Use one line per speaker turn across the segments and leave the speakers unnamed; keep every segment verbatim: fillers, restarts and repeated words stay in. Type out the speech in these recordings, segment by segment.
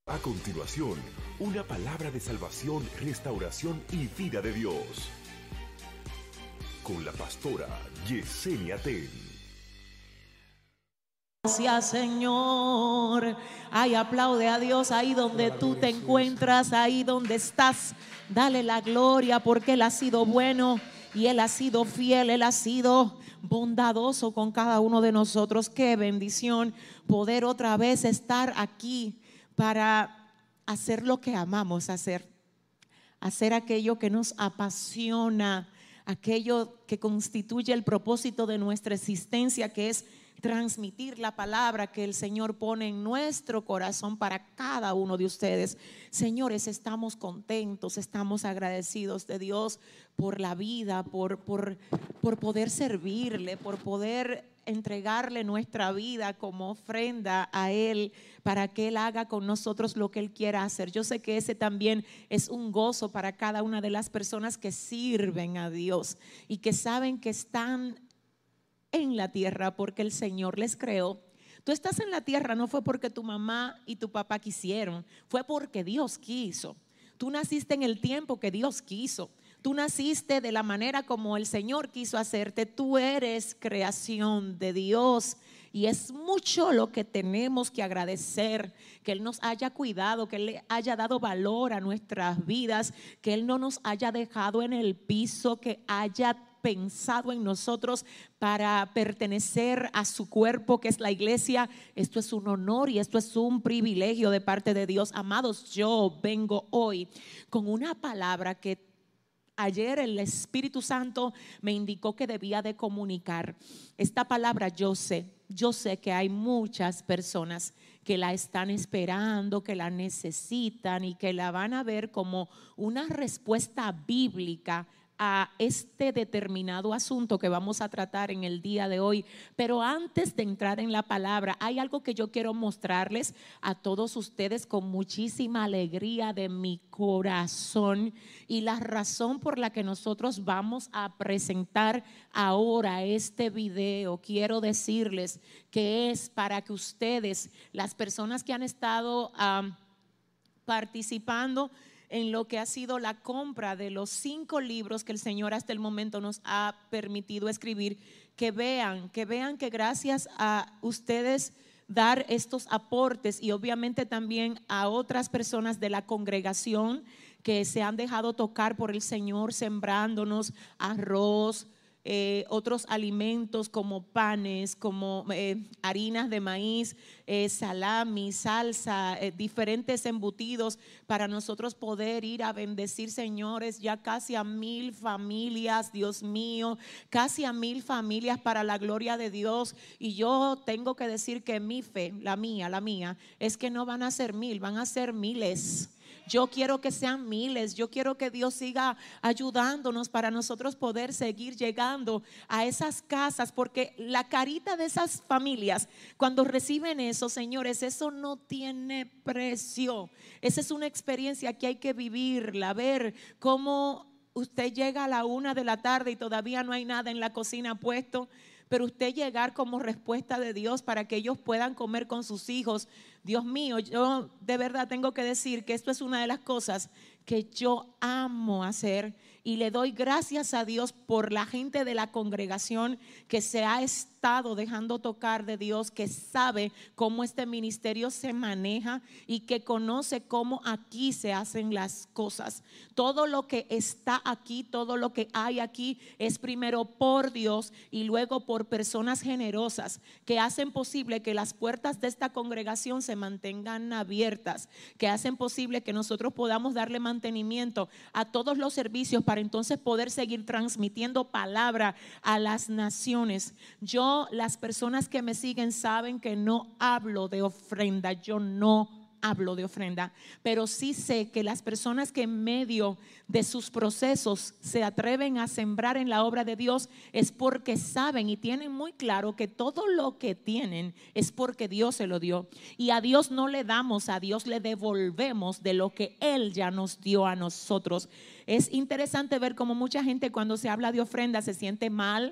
A continuación, una palabra de salvación, restauración y vida de Dios. Con la pastora Yesenia Ten.
Gracias, Señor. Ay, aplaude a Dios ahí donde tú te encuentras, ahí donde estás. Dale la gloria porque Él ha sido bueno y Él ha sido fiel, Él ha sido bondadoso con cada uno de nosotros. Qué bendición poder otra vez estar aquí para hacer lo que amamos hacer, hacer aquello que nos apasiona, aquello que constituye el propósito de nuestra existencia, que es transmitir la palabra que el Señor pone en nuestro corazón para cada uno de ustedes. Señores, estamos contentos, estamos agradecidos de Dios por la vida, por, por, por poder servirle, por poder entregarle nuestra vida como ofrenda a Él para que Él haga con nosotros lo que Él quiera hacer. Yo sé que ese también es un gozo para cada una de las personas que sirven a Dios y que saben que están en la tierra porque el Señor les creó. Tú estás en la tierra no fue porque tu mamá y tu papá quisieron, fue porque Dios quiso. Tú naciste en el tiempo que Dios quiso. Tú naciste de la manera como el Señor quiso hacerte. Tú eres creación de Dios y es mucho lo que tenemos que agradecer, que Él nos haya cuidado, que Él le haya dado valor a nuestras vidas, que Él no nos haya dejado en el piso, que haya pensado en nosotros para pertenecer a su cuerpo que es la iglesia. Esto es un honor y esto es un privilegio de parte de Dios. Amados, yo vengo hoy con una palabra que ayer el Espíritu Santo me indicó que debía de comunicar. Esta palabra yo sé, yo sé que hay muchas personas que la están esperando, que la necesitan y que la van a ver como una respuesta bíblica a este determinado asunto que vamos a tratar en el día de hoy. Pero antes de entrar en la palabra, hay algo que yo quiero mostrarles a todos ustedes con muchísima alegría de mi corazón, y la razón por la que nosotros vamos a presentar ahora este video, quiero decirles que es para que ustedes, las personas que han estado um, participando en lo que ha sido la compra de los cinco libros que el Señor hasta el momento nos ha permitido escribir, que vean, que vean que gracias a ustedes dar estos aportes y obviamente también a otras personas de la congregación que se han dejado tocar por el Señor, sembrándonos arroz, Eh, otros alimentos como panes, como eh, harinas de maíz, eh, salami, salsa, eh, diferentes embutidos para nosotros poder ir a bendecir, señores, ya casi a mil familias, Dios mío, casi a mil familias para la gloria de Dios. Y yo tengo que decir que mi fe, la mía, la mía, es que no van a ser mil, van a ser miles. Yo quiero que sean miles. Yo quiero que Dios siga ayudándonos para nosotros poder seguir llegando a esas casas, porque la carita de esas familias cuando reciben eso, señores, eso no tiene precio. Esa es una experiencia que hay que vivirla, ver cómo usted llega a la una de la tarde y todavía no hay nada en la cocina puesto, pero usted llegar como respuesta de Dios para que ellos puedan comer con sus hijos. Dios mío, yo de verdad tengo que decir que esto es una de las cosas que yo amo hacer, y le doy gracias a Dios por la gente de la congregación que se ha estado dejando tocar de Dios, que sabe cómo este ministerio se maneja y que conoce cómo aquí se hacen las cosas. Todo lo que está aquí, todo lo que hay aquí es primero por Dios y luego por personas generosas que hacen posible que las puertas de esta congregación se mantengan abiertas, que hacen posible que nosotros podamos darle mantenimiento a todos los servicios para entonces poder seguir transmitiendo palabra a las naciones. Yo, las personas que me siguen saben que no hablo de ofrenda, yo no hablo de ofrenda, pero sí sé que las personas que en medio de sus procesos se atreven a sembrar en la obra de Dios es porque saben y tienen muy claro que todo lo que tienen es porque Dios se lo dio, y a Dios no le damos, a Dios le devolvemos de lo que Él ya nos dio a nosotros. Es interesante ver cómo mucha gente cuando se habla de ofrenda se siente mal,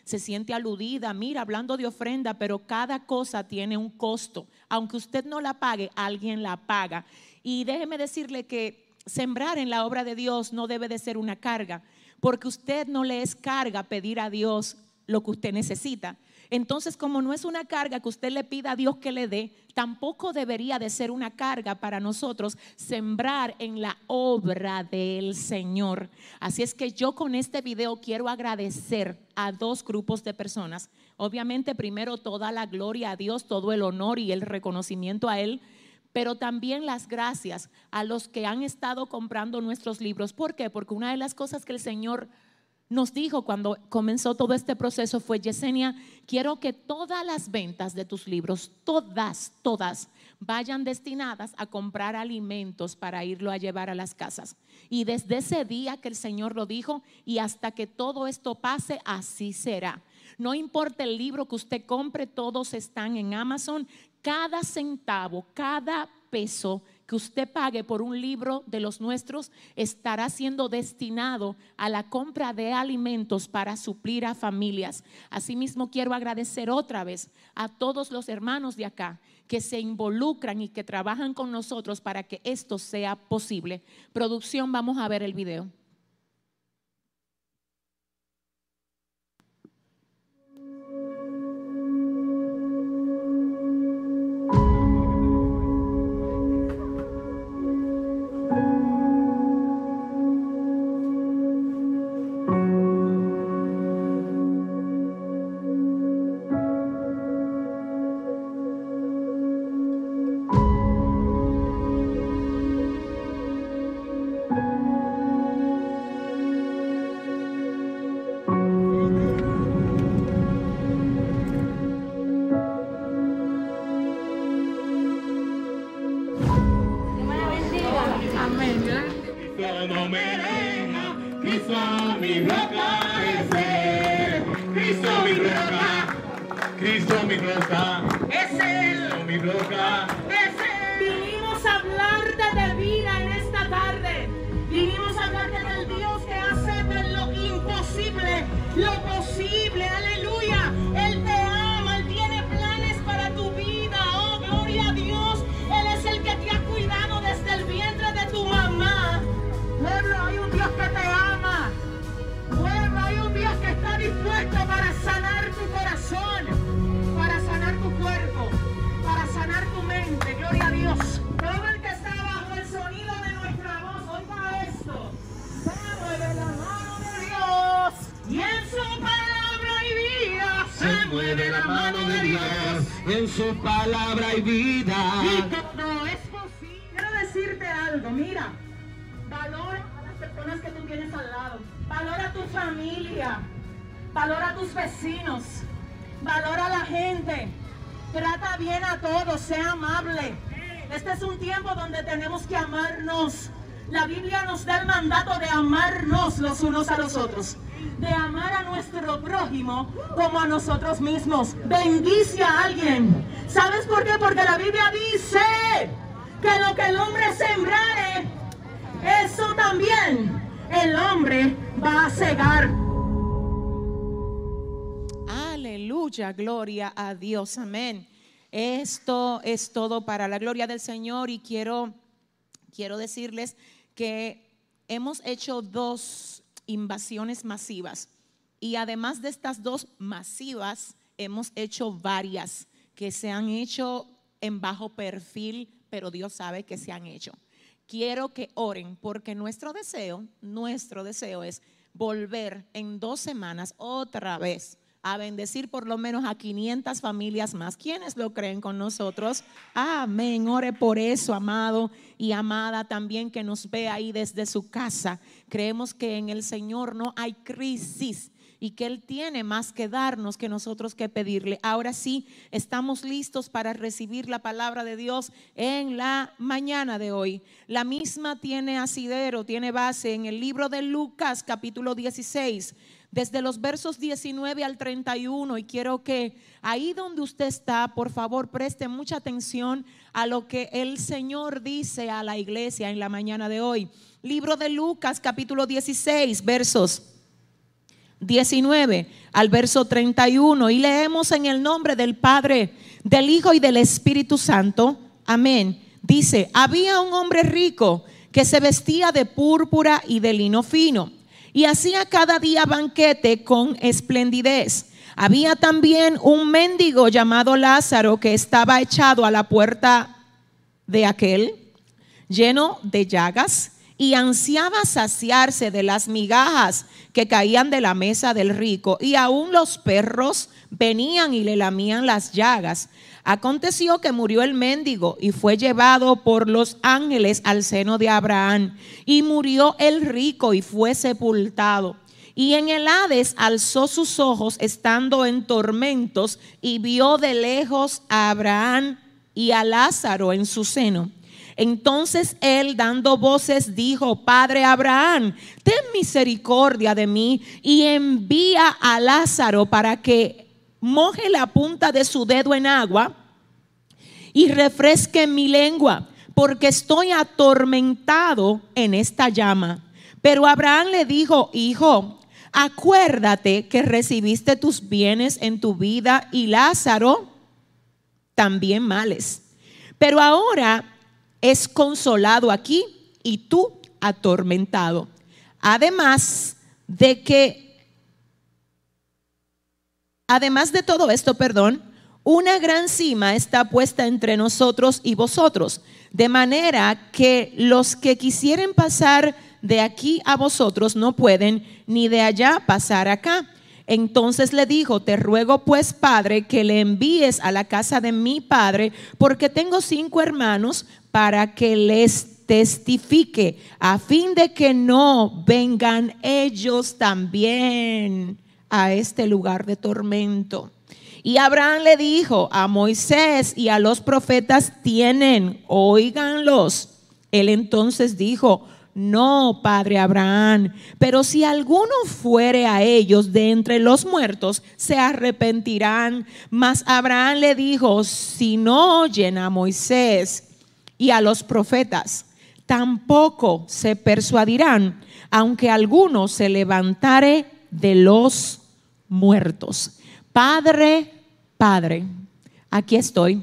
se siente aludida, mira, hablando de ofrenda, pero cada cosa tiene un costo. Aunque usted no la pague, alguien la paga. Y déjeme decirle que sembrar en la obra de Dios no debe de ser una carga, porque usted no le es carga pedir a Dios lo que usted necesita. Entonces, como no es una carga que usted le pida a Dios que le dé, tampoco debería de ser una carga para nosotros sembrar en la obra del Señor. Así es que yo con este video quiero agradecer a dos grupos de personas. Obviamente, primero toda la gloria a Dios, todo el honor y el reconocimiento a Él, pero también las gracias a los que han estado comprando nuestros libros. ¿Por qué? Porque una de las cosas que el Señor nos dijo cuando comenzó todo este proceso fue: Yesenia, quiero que todas las ventas de tus libros, todas, todas, vayan destinadas a comprar alimentos para irlo a llevar a las casas. Y desde ese día que el Señor lo dijo y hasta que todo esto pase, así será. No importa el libro que usted compre, todos están en Amazon. Cada centavo, cada peso que usted pague por un libro de los nuestros estará siendo destinado a la compra de alimentos para suplir a familias. Asimismo, quiero agradecer otra vez a todos los hermanos de acá que se involucran y que trabajan con nosotros para que esto sea posible. Producción, vamos a ver el video.
Vinimos a hablarte de vida en esta tarde. Vinimos a hablarte del Dios que hace de lo imposible lo posible. Aleluya. Él te ama, Él tiene planes para tu vida. Oh, gloria a Dios. Él es el que te ha cuidado desde el vientre de tu mamá. Pueblo, hay un Dios que te ama. Pueblo, hay un Dios que está dispuesto para sanar tu corazón, para sanar tu cuerpo, para sanar tu mente. Gloria a Dios. Todo el que está bajo el sonido de nuestra voz, oiga esto: se mueve la mano de Dios y en su palabra hay vida.
Se mueve la mano de Dios, en su palabra hay vida.
Y todo es posible. Quiero decirte algo, mira, valora a las personas que tú tienes al lado, valora a tu familia, valora a tus vecinos, valora a la gente. Trata bien a todos, sea amable. Este es un tiempo donde tenemos que amarnos. La Biblia nos da el mandato de amarnos los unos a los otros, de amar a nuestro prójimo como a nosotros mismos. Bendice a alguien. ¿Sabes por qué? Porque la Biblia dice que lo que el hombre sembrare, eso también el hombre va a cegar.
Aleluya, gloria a Dios, amén. Esto es todo para la gloria del Señor y quiero, quiero decirles que hemos hecho dos invasiones masivas y además de estas dos masivas hemos hecho varias que se han hecho en bajo perfil, pero Dios sabe que se han hecho. Quiero que oren porque nuestro deseo, nuestro deseo es volver en dos semanas otra vez a bendecir por lo menos a quinientas familias más. ¿Quiénes lo creen con nosotros? Amén. Ore por eso, amado y amada también que nos ve ahí desde su casa. Creemos que en el Señor no hay crisis y que Él tiene más que darnos que nosotros que pedirle. Ahora sí, estamos listos para recibir la palabra de Dios en la mañana de hoy. La misma tiene asidero, tiene base en el libro de Lucas capítulo dieciséis, desde los versos diecinueve al treinta y uno, y quiero que ahí donde usted está, por favor, preste mucha atención a lo que el Señor dice a la iglesia en la mañana de hoy. Libro de Lucas capítulo dieciséis, versos diecinueve al verso treinta y uno, y leemos en el nombre del Padre, del Hijo y del Espíritu Santo. Amén. Dice: había un hombre rico que se vestía de púrpura y de lino fino, y hacía cada día banquete con esplendidez. Había también un mendigo llamado Lázaro, que estaba echado a la puerta de aquel, lleno de llagas, y ansiaba saciarse de las migajas que caían de la mesa del rico, y aún los perros venían y le lamían las llagas. Aconteció que murió el mendigo y fue llevado por los ángeles al seno de Abraham. Y murió el rico y fue sepultado. Y en el Hades alzó sus ojos estando en tormentos y vio de lejos a Abraham y a Lázaro en su seno. Entonces él, dando voces, dijo: Padre Abraham, ten misericordia de mí y envía a Lázaro para que moje la punta de su dedo en agua y refresque mi lengua, porque estoy atormentado en esta llama. Pero Abraham le dijo: Hijo, acuérdate que recibiste tus bienes en tu vida y Lázaro también males. Pero ahora es consolado aquí y tú atormentado. Además de que, además de todo esto, perdón, una gran cima está puesta entre nosotros y vosotros, de manera que los que quisieren pasar de aquí a vosotros no pueden, ni de allá pasar acá. Entonces le dijo: te ruego pues, Padre, que le envíes a la casa de mi padre, porque tengo cinco hermanos, para que les testifique, a fin de que no vengan ellos también a este lugar de tormento. Y Abraham le dijo: a Moisés y a los profetas tienen, óiganlos. Él entonces dijo: no, padre Abraham, pero si alguno fuere a ellos de entre los muertos, se arrepentirán. Mas Abraham le dijo: si no oyen a Moisés y a los profetas, tampoco se persuadirán, aunque alguno se levantare de los muertos. Padre, Padre, aquí estoy.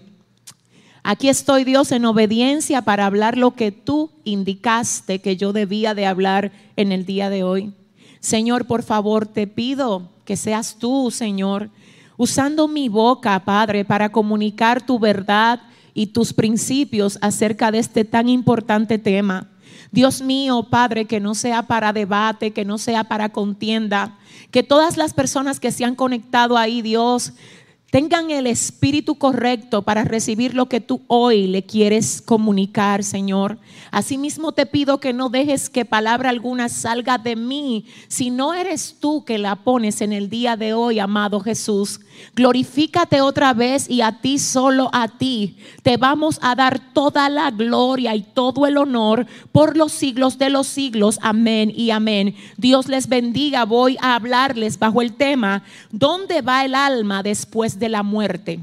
Aquí estoy, Dios, en obediencia para hablar lo que tú indicaste que yo debía de hablar en el día de hoy. Señor, por favor, te pido que seas tú, Señor, usando mi boca, Padre, para comunicar tu verdad y tus principios acerca de este tan importante tema. Dios mío, Padre, que no sea para debate, que no sea para contienda, que todas las personas que se han conectado ahí, Dios, tengan el espíritu correcto para recibir lo que tú hoy le quieres comunicar, Señor. Asimismo te pido que no dejes que palabra alguna salga de mí, si no eres tú que la pones en el día de hoy, amado Jesús. Glorifícate otra vez, y a ti, solo a ti, te vamos a dar toda la gloria y todo el honor por los siglos de los siglos. Amén y amén. Dios les bendiga. Voy a hablarles bajo el tema: ¿dónde va el alma después de la muerte?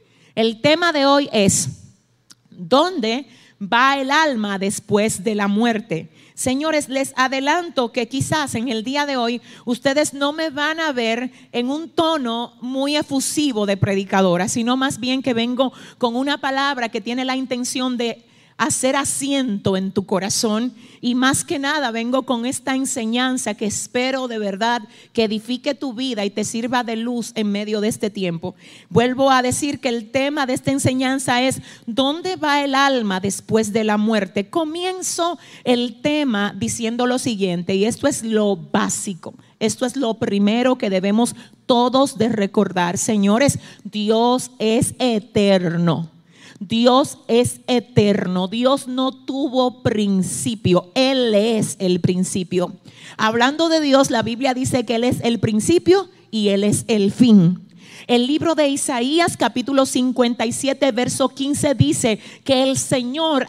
El tema de hoy es: ¿dónde va el alma después de la muerte? Señores, les adelanto que quizás en el día de hoy ustedes no me van a ver en un tono muy efusivo de predicadora, sino más bien que vengo con una palabra que tiene la intención de hacer asiento en tu corazón, y más que nada vengo con esta enseñanza que espero de verdad que edifique tu vida y te sirva de luz en medio de este tiempo. Vuelvo a decir que el tema de esta enseñanza es: ¿dónde va el alma después de la muerte? Comienzo el tema diciendo lo siguiente, y esto es lo básico, esto es lo primero que debemos todos de recordar. Señores, Dios es eterno. Dios es eterno. Dios no tuvo principio. Él es el principio. Hablando de Dios, la Biblia dice que Él es el principio y Él es el fin. El libro de Isaías, capítulo cincuenta y siete, verso quince, dice que el Señor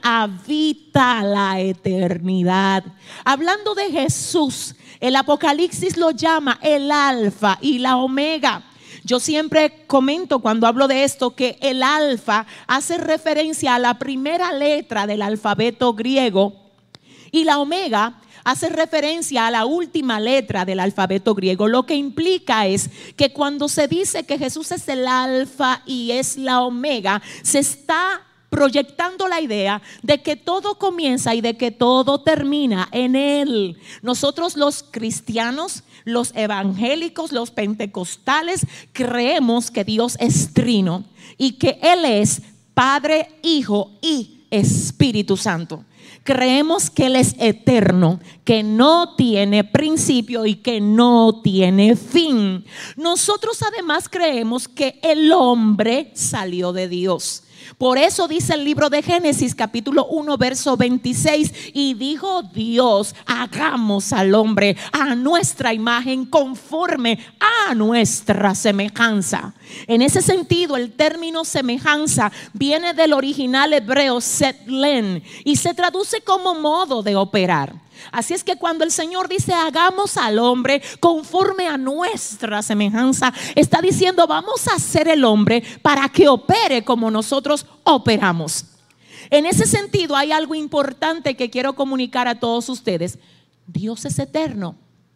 habita la eternidad. Hablando de Jesús, el Apocalipsis lo llama el Alfa y la Omega. Yo siempre comento cuando hablo de esto que el alfa hace referencia a la primera letra del alfabeto griego y la omega hace referencia a la última letra del alfabeto griego. Lo que implica es que cuando se dice que Jesús es el alfa y es la omega, se está proyectando la idea de que todo comienza y de que todo termina en Él. Nosotros los cristianos, los evangélicos, los pentecostales, creemos que Dios es trino y que Él es Padre, Hijo y Espíritu Santo. Creemos que Él es eterno, que no tiene principio y que no tiene fin. Nosotros además creemos que el hombre salió de Dios. Por eso dice el libro de Génesis capítulo uno verso veintiséis: y dijo Dios, hagamos al hombre a nuestra imagen, conforme a nuestra semejanza. En ese sentido, el término semejanza viene del original hebreo setlen y se traduce como modo de operar. Así es que cuando el Señor dice hagamos al hombre conforme a nuestra semejanza, está diciendo vamos a hacer el hombre para que opere como nosotros operamos. En ese sentido hay algo importante que quiero comunicar a todos ustedes. Dios es eterno,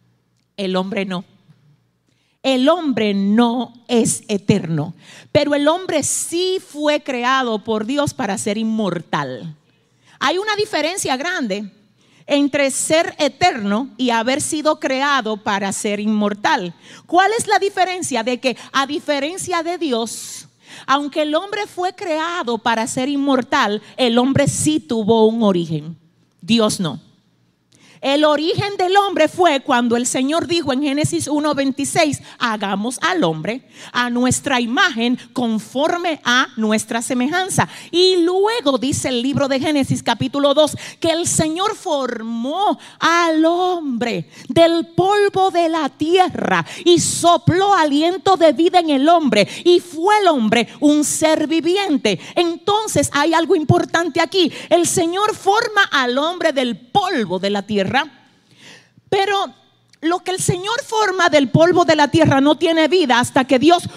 el hombre no. El hombre no es eterno, pero el hombre sí fue creado por Dios para ser inmortal. Hay una diferencia grande entre ser eterno y haber sido creado para ser inmortal. ¿Cuál es la diferencia? De que a diferencia de Dios, aunque el hombre fue creado para ser inmortal, el hombre sí tuvo un origen, Dios no. El origen del hombre fue cuando el Señor dijo en Génesis uno veintiséis: hagamos al hombre a nuestra imagen, conforme a nuestra semejanza. Y luego dice el libro de Génesis capítulo dos que el Señor formó al hombre del polvo de la tierra y sopló aliento de vida en el hombre, y fue el hombre un ser viviente. Entonces hay algo importante aquí. El Señor forma al hombre del polvo de la tierra, pero lo que el Señor forma del polvo de la tierra no tiene vida hasta que Dios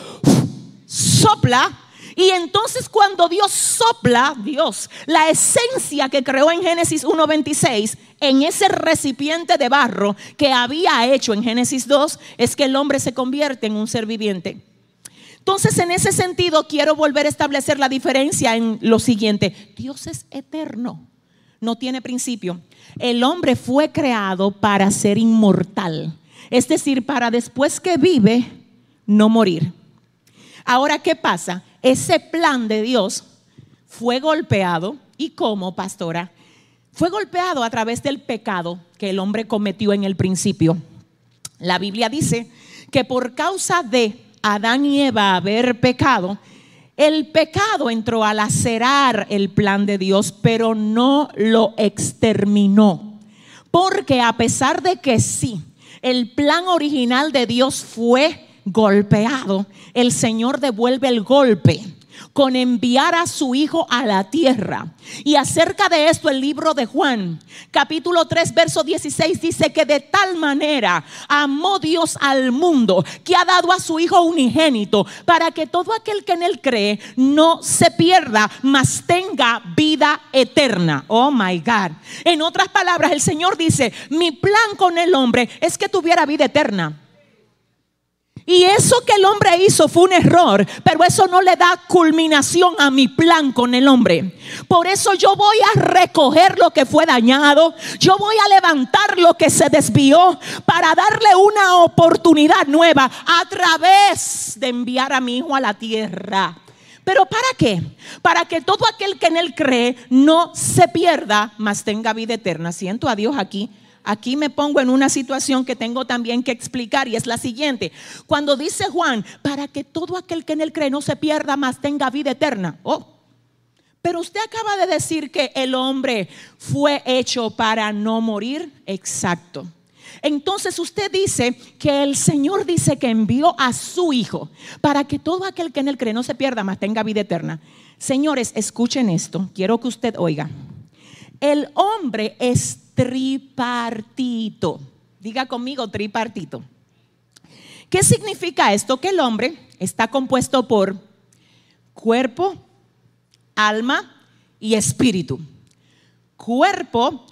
sopla. Y entonces cuando Dios sopla, Dios, la esencia que creó en Génesis uno veintiséis en ese recipiente de barro que había hecho en Génesis dos, es que el hombre se convierte en un ser viviente. Entonces, en ese sentido quiero volver a establecer la diferencia en lo siguiente: Dios es eterno, no tiene principio. El hombre fue creado para ser inmortal, es decir, para después que vive no morir. Ahora, ¿qué pasa? Ese plan de Dios fue golpeado. ¿Y cómo, pastora? Fue golpeado a través del pecado que el hombre cometió en el principio. La Biblia dice que por causa de Adán y Eva haber pecado, el pecado entró a lacerar el plan de Dios, pero no lo exterminó. Porque a pesar de que sí, el plan original de Dios fue golpeado, el Señor devuelve el golpe con enviar a su Hijo a la tierra. Y acerca de esto el libro de Juan capítulo tres verso dieciséis dice que de tal manera amó Dios al mundo que ha dado a su Hijo unigénito, para que todo aquel que en él cree no se pierda, mas tenga vida eterna. Oh my God. En otras palabras, el Señor dice: mi plan con el hombre es que tuviera vida eterna. Y eso que el hombre hizo fue un error, pero eso no le da culminación a mi plan con el hombre. Por eso yo voy a recoger lo que fue dañado, yo voy a levantar lo que se desvió, para darle una oportunidad nueva a través de enviar a mi Hijo a la tierra. ¿Pero para qué? Para que todo aquel que en él cree no se pierda, mas tenga vida eterna. Siento a Dios aquí. Aquí me pongo en una situación que tengo también que explicar, y es la siguiente. Cuando dice Juan, para que todo aquel que en él cree no se pierda, mas tenga vida eterna. Oh, pero usted acaba de decir que el hombre fue hecho para no morir. Exacto. Entonces usted dice que el Señor dice que envió a su Hijo para que todo aquel que en él cree no se pierda, mas tenga vida eterna. Señores, escuchen esto, quiero que usted oiga. El hombre es tripartito. Diga conmigo, tripartito. ¿Qué significa esto? Que el hombre está compuesto por cuerpo, alma y espíritu. Cuerpo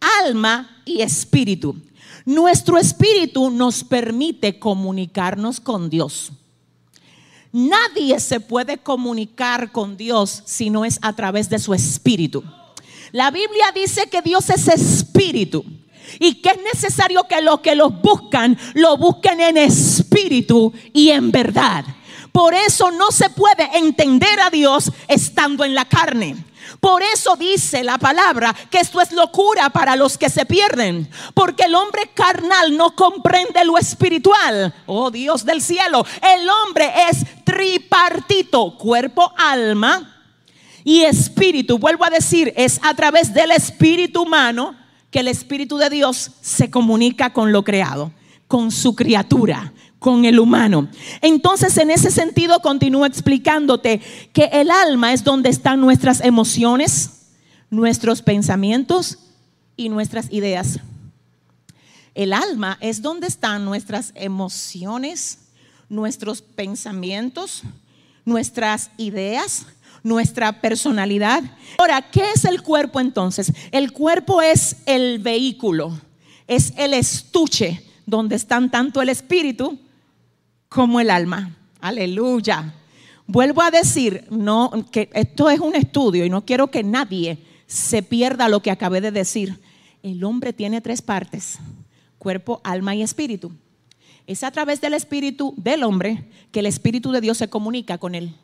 alma y espíritu. Nuestro espíritu nos permite comunicarnos con Dios. Nadie se puede comunicar con Dios si no es a través de su espíritu. La Biblia dice que Dios es espíritu y que es necesario que los que los buscan, lo busquen en espíritu y en verdad. Por eso no se puede entender a Dios estando en la carne. Por eso dice la palabra que esto es locura para los que se pierden, porque el hombre carnal no comprende lo espiritual. Oh Dios del cielo, el hombre es tripartito, cuerpo, alma y espíritu. Vuelvo a decir, es a través del espíritu humano que el espíritu de Dios se comunica con lo creado, con su criatura, con el humano. Entonces, en ese sentido, continúo explicándote que el alma es donde están nuestras emociones, nuestros pensamientos y nuestras ideas. El alma es donde están nuestras emociones, nuestros pensamientos, nuestras ideas, nuestra personalidad. Ahora, ¿qué es el cuerpo entonces? El cuerpo es el vehículo, es el estuche donde están tanto el espíritu como el alma. Aleluya. Vuelvo a decir, no, que esto es un estudio y no quiero que nadie se pierda lo que acabé de decir. El hombre tiene tres partes: cuerpo, alma y espíritu. Es a través del espíritu del hombre que el espíritu de Dios se comunica con él.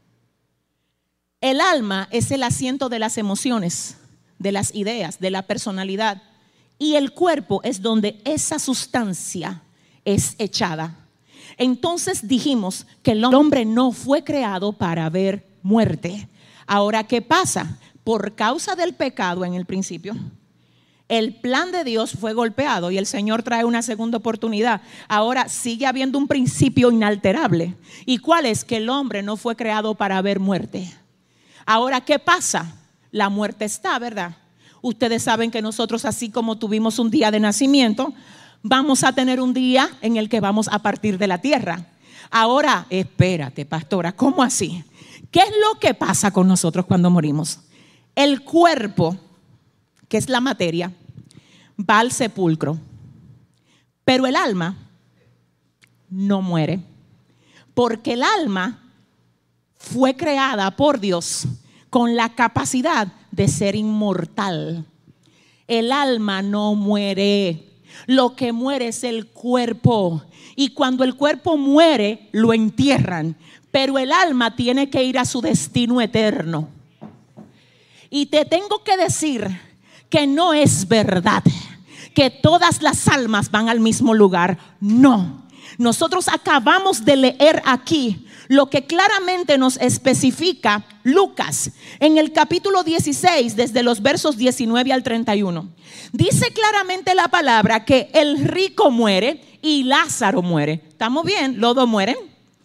El alma es el asiento de las emociones, de las ideas, de la personalidad. Y el cuerpo es donde esa sustancia es echada. Entonces dijimos que el hombre no fue creado para ver muerte. Ahora, ¿qué pasa? Por causa del pecado en el principio, el plan de Dios fue golpeado y el Señor trae una segunda oportunidad. Ahora sigue habiendo un principio inalterable. ¿Y cuál es? Que el hombre no fue creado para ver muerte. Ahora, ¿qué pasa? La muerte está, ¿verdad? Ustedes saben que nosotros, así como tuvimos un día de nacimiento, vamos a tener un día en el que vamos a partir de la tierra. Ahora, espérate, pastora, ¿cómo así? ¿Qué es lo que pasa con nosotros cuando morimos? El cuerpo, que es la materia, va al sepulcro, pero el alma no muere, porque el alma fue creada por Dios con la capacidad de ser inmortal. El alma no muere. Lo que muere es el cuerpo. Y cuando el cuerpo muere, lo entierran. Pero el alma tiene que ir a su destino eterno. Y te tengo que decir que no es verdad que todas las almas van al mismo lugar. No. Nosotros acabamos de leer aquí lo que claramente nos especifica Lucas en el capítulo dieciséis, desde los versos diecinueve al treinta y uno. Dice claramente la palabra que el rico muere y Lázaro muere. ¿Estamos bien? ¿Los dos mueren?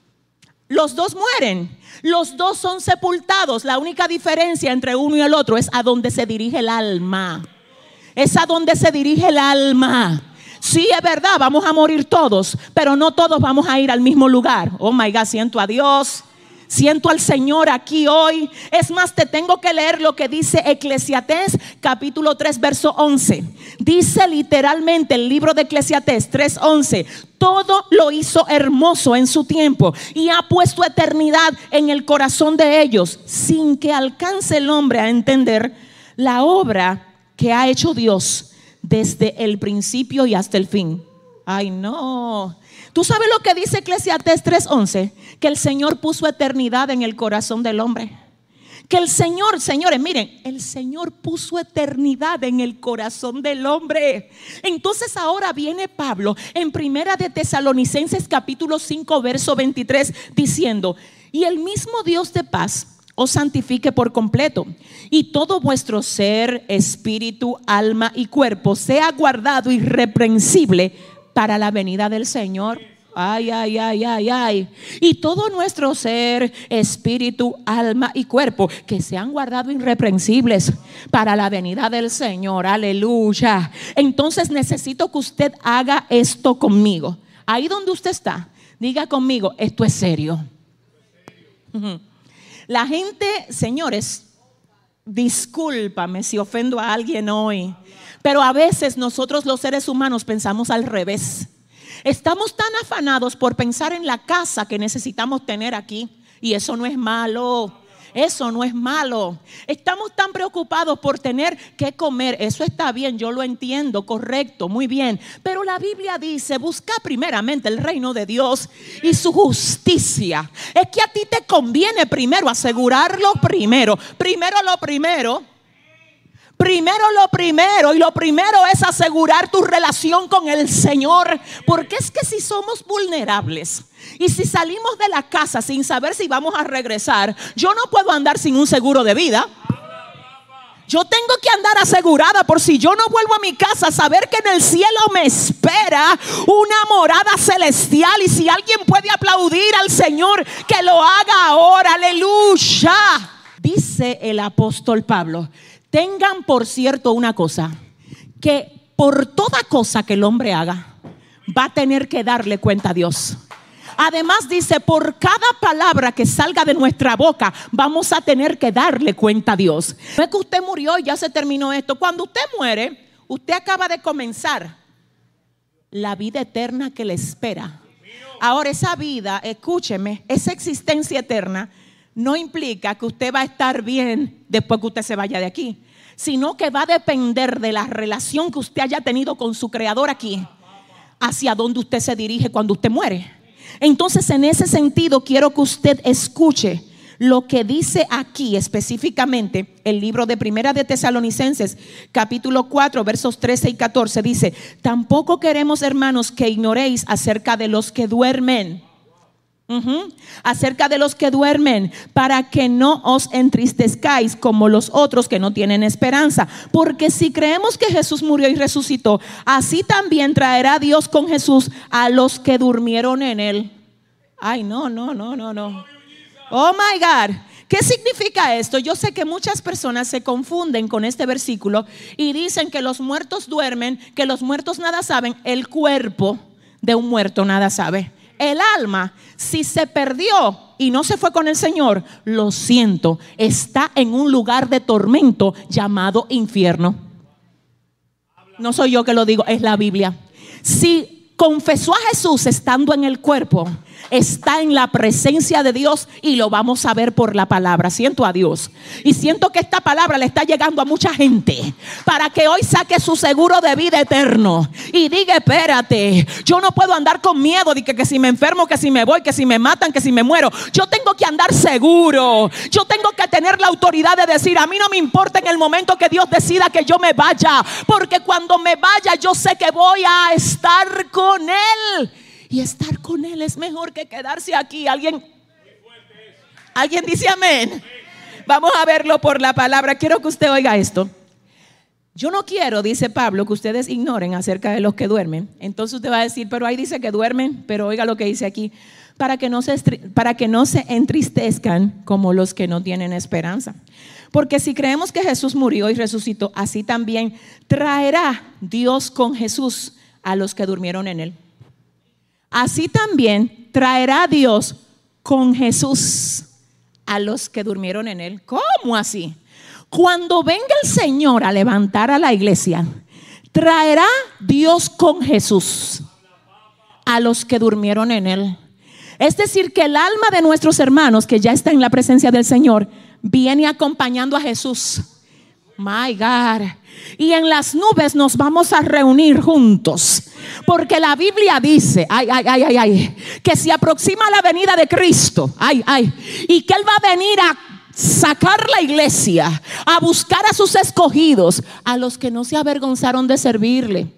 Los dos mueren. Los dos son sepultados. La única diferencia entre uno y el otro es a dónde se dirige el alma. Es a dónde se dirige el alma. Sí, es verdad, vamos a morir todos, pero no todos vamos a ir al mismo lugar. Oh my God, siento a Dios, siento al Señor aquí hoy. Es más, te tengo que leer lo que dice Eclesiastés capítulo tres verso once. Dice literalmente el libro de Eclesiastés tres once: todo lo hizo hermoso en su tiempo y ha puesto eternidad en el corazón de ellos, sin que alcance el hombre a entender la obra que ha hecho Dios desde el principio y hasta el fin. Ay, no. ¿Tú sabes lo que dice Eclesiastés tres once? Que el Señor puso eternidad en el corazón del hombre. Que el Señor, señores, miren, el Señor puso eternidad en el corazón del hombre. Entonces ahora viene Pablo en Primera de Tesalonicenses capítulo cinco verso veintitrés diciendo: y el mismo Dios de paz os santifique por completo, y todo vuestro ser, espíritu, alma y cuerpo sea guardado irreprensible para la venida del Señor. Ay, ay, ay, ay, ay. Y todo nuestro ser, espíritu, alma y cuerpo que sean guardados irreprensibles para la venida del Señor. Aleluya. Entonces necesito que usted haga esto conmigo. Ahí donde usted está, diga conmigo: esto es serio. La gente, señores, discúlpame si ofendo a alguien hoy, pero a veces nosotros los seres humanos pensamos al revés. Estamos tan afanados por pensar en la casa que necesitamos tener aquí, y eso no es malo. Eso no es malo. Estamos tan preocupados por tener que comer. Eso está bien, yo lo entiendo, correcto, muy bien. Pero la Biblia dice: busca primeramente el reino de Dios y su justicia. Es que a ti te conviene primero asegurarlo primero. Primero lo primero. Primero lo primero, y lo primero es asegurar tu relación con el Señor. Porque es que si somos vulnerables y si salimos de la casa sin saber si vamos a regresar, yo no puedo andar sin un seguro de vida. Yo tengo que andar asegurada por si yo no vuelvo a mi casa, saber que en el cielo me espera una morada celestial. Y si alguien puede aplaudir al Señor, que lo haga ahora. Aleluya. Dice el apóstol Pablo: tengan por cierto una cosa, que por toda cosa que el hombre haga, va a tener que darle cuenta a Dios. Además dice: por cada palabra que salga de nuestra boca, vamos a tener que darle cuenta a Dios. No es que usted murió y ya se terminó esto. Cuando usted muere, usted acaba de comenzar la vida eterna que le espera. Ahora, esa vida, escúcheme, esa existencia eterna no implica que usted va a estar bien después que usted se vaya de aquí, sino que va a depender de la relación que usted haya tenido con su Creador aquí, hacia donde usted se dirige cuando usted muere. Entonces, en ese sentido, quiero que usted escuche lo que dice aquí específicamente el libro de Primera de Tesalonicenses, capítulo cuatro, versos trece y catorce. Dice: tampoco queremos, hermanos, que ignoréis acerca de los que duermen. Uh-huh. Acerca de los que duermen, para que no os entristezcáis como los otros que no tienen esperanza. Porque si creemos que Jesús murió y resucitó, así también traerá Dios con Jesús a los que durmieron en él. Ay, no, no, no, no, no. Oh my God. ¿Qué significa esto? Yo sé que muchas personas se confunden con este versículo y dicen que los muertos duermen, que los muertos nada saben. El cuerpo de un muerto nada sabe. El alma, si se perdió y no se fue con el Señor, lo siento, está en un lugar de tormento llamado infierno. No soy yo que lo digo, es la Biblia. Si confesó a Jesús estando en el cuerpo, está en la presencia de Dios, y lo vamos a ver por la palabra. Siento a Dios y siento que esta palabra le está llegando a mucha gente para que hoy saque su seguro de vida eterno y diga: espérate, yo no puedo andar con miedo de que, que si me enfermo, que si me voy, que si me matan, que si me muero. Yo tengo que andar seguro. Yo tengo que tener la autoridad de decir: a mí no me importa en el momento que Dios decida que yo me vaya, porque cuando me vaya yo sé que voy a estar con Él. Y estar con Él es mejor que quedarse aquí. ¿Alguien, ¿alguien dice amén? Vamos a verlo por la palabra. Quiero que usted oiga esto. Yo no quiero, dice Pablo, que ustedes ignoren acerca de los que duermen. Entonces usted va a decir: pero ahí dice que duermen. Pero oiga lo que dice aquí: para que no se, para que no se entristezcan como los que no tienen esperanza. Porque si creemos que Jesús murió y resucitó, así también traerá Dios con Jesús a los que durmieron en Él. Así también traerá Dios con Jesús a los que durmieron en Él. ¿Cómo así? Cuando venga el Señor a levantar a la iglesia, traerá Dios con Jesús a los que durmieron en Él. Es decir, que el alma de nuestros hermanos que ya está en la presencia del Señor viene acompañando a Jesús. My God. Y en las nubes nos vamos a reunir juntos, porque la Biblia dice, ay, ay, ay, ay, ay, que se aproxima la venida de Cristo, ay, ay, y que Él va a venir a sacar la iglesia, a buscar a sus escogidos, a los que no se avergonzaron de servirle,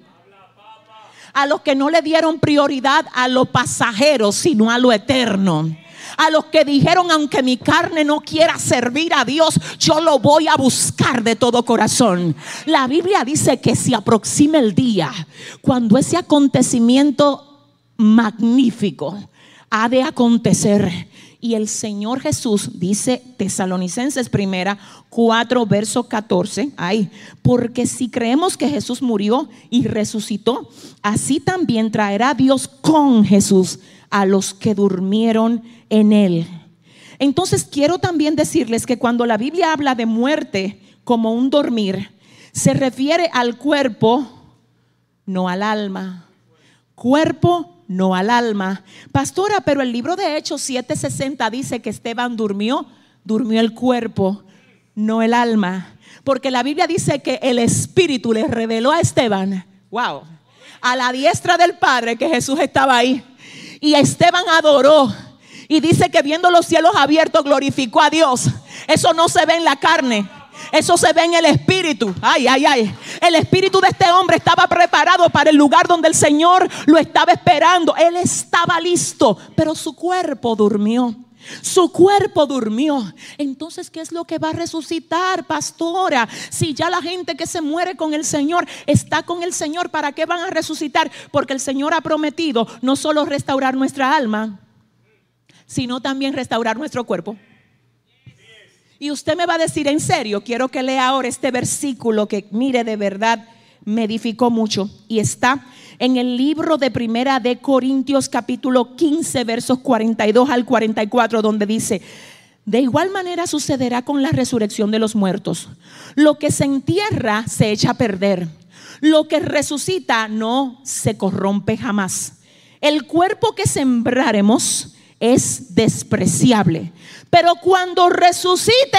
a los que no le dieron prioridad a lo pasajero, sino a lo eterno. A los que dijeron: aunque mi carne no quiera servir a Dios, yo lo voy a buscar de todo corazón. La Biblia dice que se aproxima el día cuando ese acontecimiento magnífico ha de acontecer. Y el Señor Jesús, dice Tesalonicenses primera cuatro verso catorce, ay, porque si creemos que Jesús murió y resucitó, así también traerá Dios con Jesús a los que durmieron en Él. Entonces quiero también decirles que cuando la Biblia habla de muerte como un dormir, se refiere al cuerpo, no al alma. Cuerpo, no al alma. Pastora, pero el libro de Hechos siete sesenta dice que Esteban durmió, durmió el cuerpo, no el alma. Porque la Biblia dice que el Espíritu le reveló a Esteban, wow, a la diestra del Padre, que Jesús estaba ahí. Y Esteban adoró. Y dice que viendo los cielos abiertos glorificó a Dios. Eso no se ve en la carne, eso se ve en el espíritu. Ay, ay, ay. El espíritu de este hombre estaba preparado para el lugar donde el Señor lo estaba esperando. Él estaba listo, pero su cuerpo durmió. Su cuerpo durmió. Entonces, ¿qué es lo que va a resucitar, pastora? Si ya la gente que se muere con el Señor está con el Señor, ¿para qué van a resucitar? Porque el Señor ha prometido no solo restaurar nuestra alma, sino también restaurar nuestro cuerpo. Y usted me va a decir, en serio, quiero que lea ahora este versículo que, mire, de verdad me edificó mucho. Y está en el libro de Primera de Corintios capítulo quince versos cuarenta y dos al cuarenta y cuatro, donde dice: de igual manera sucederá con la resurrección de los muertos. Lo que se entierra se echa a perder, lo que resucita no se corrompe jamás. El cuerpo que sembraremos es despreciable, pero cuando resucite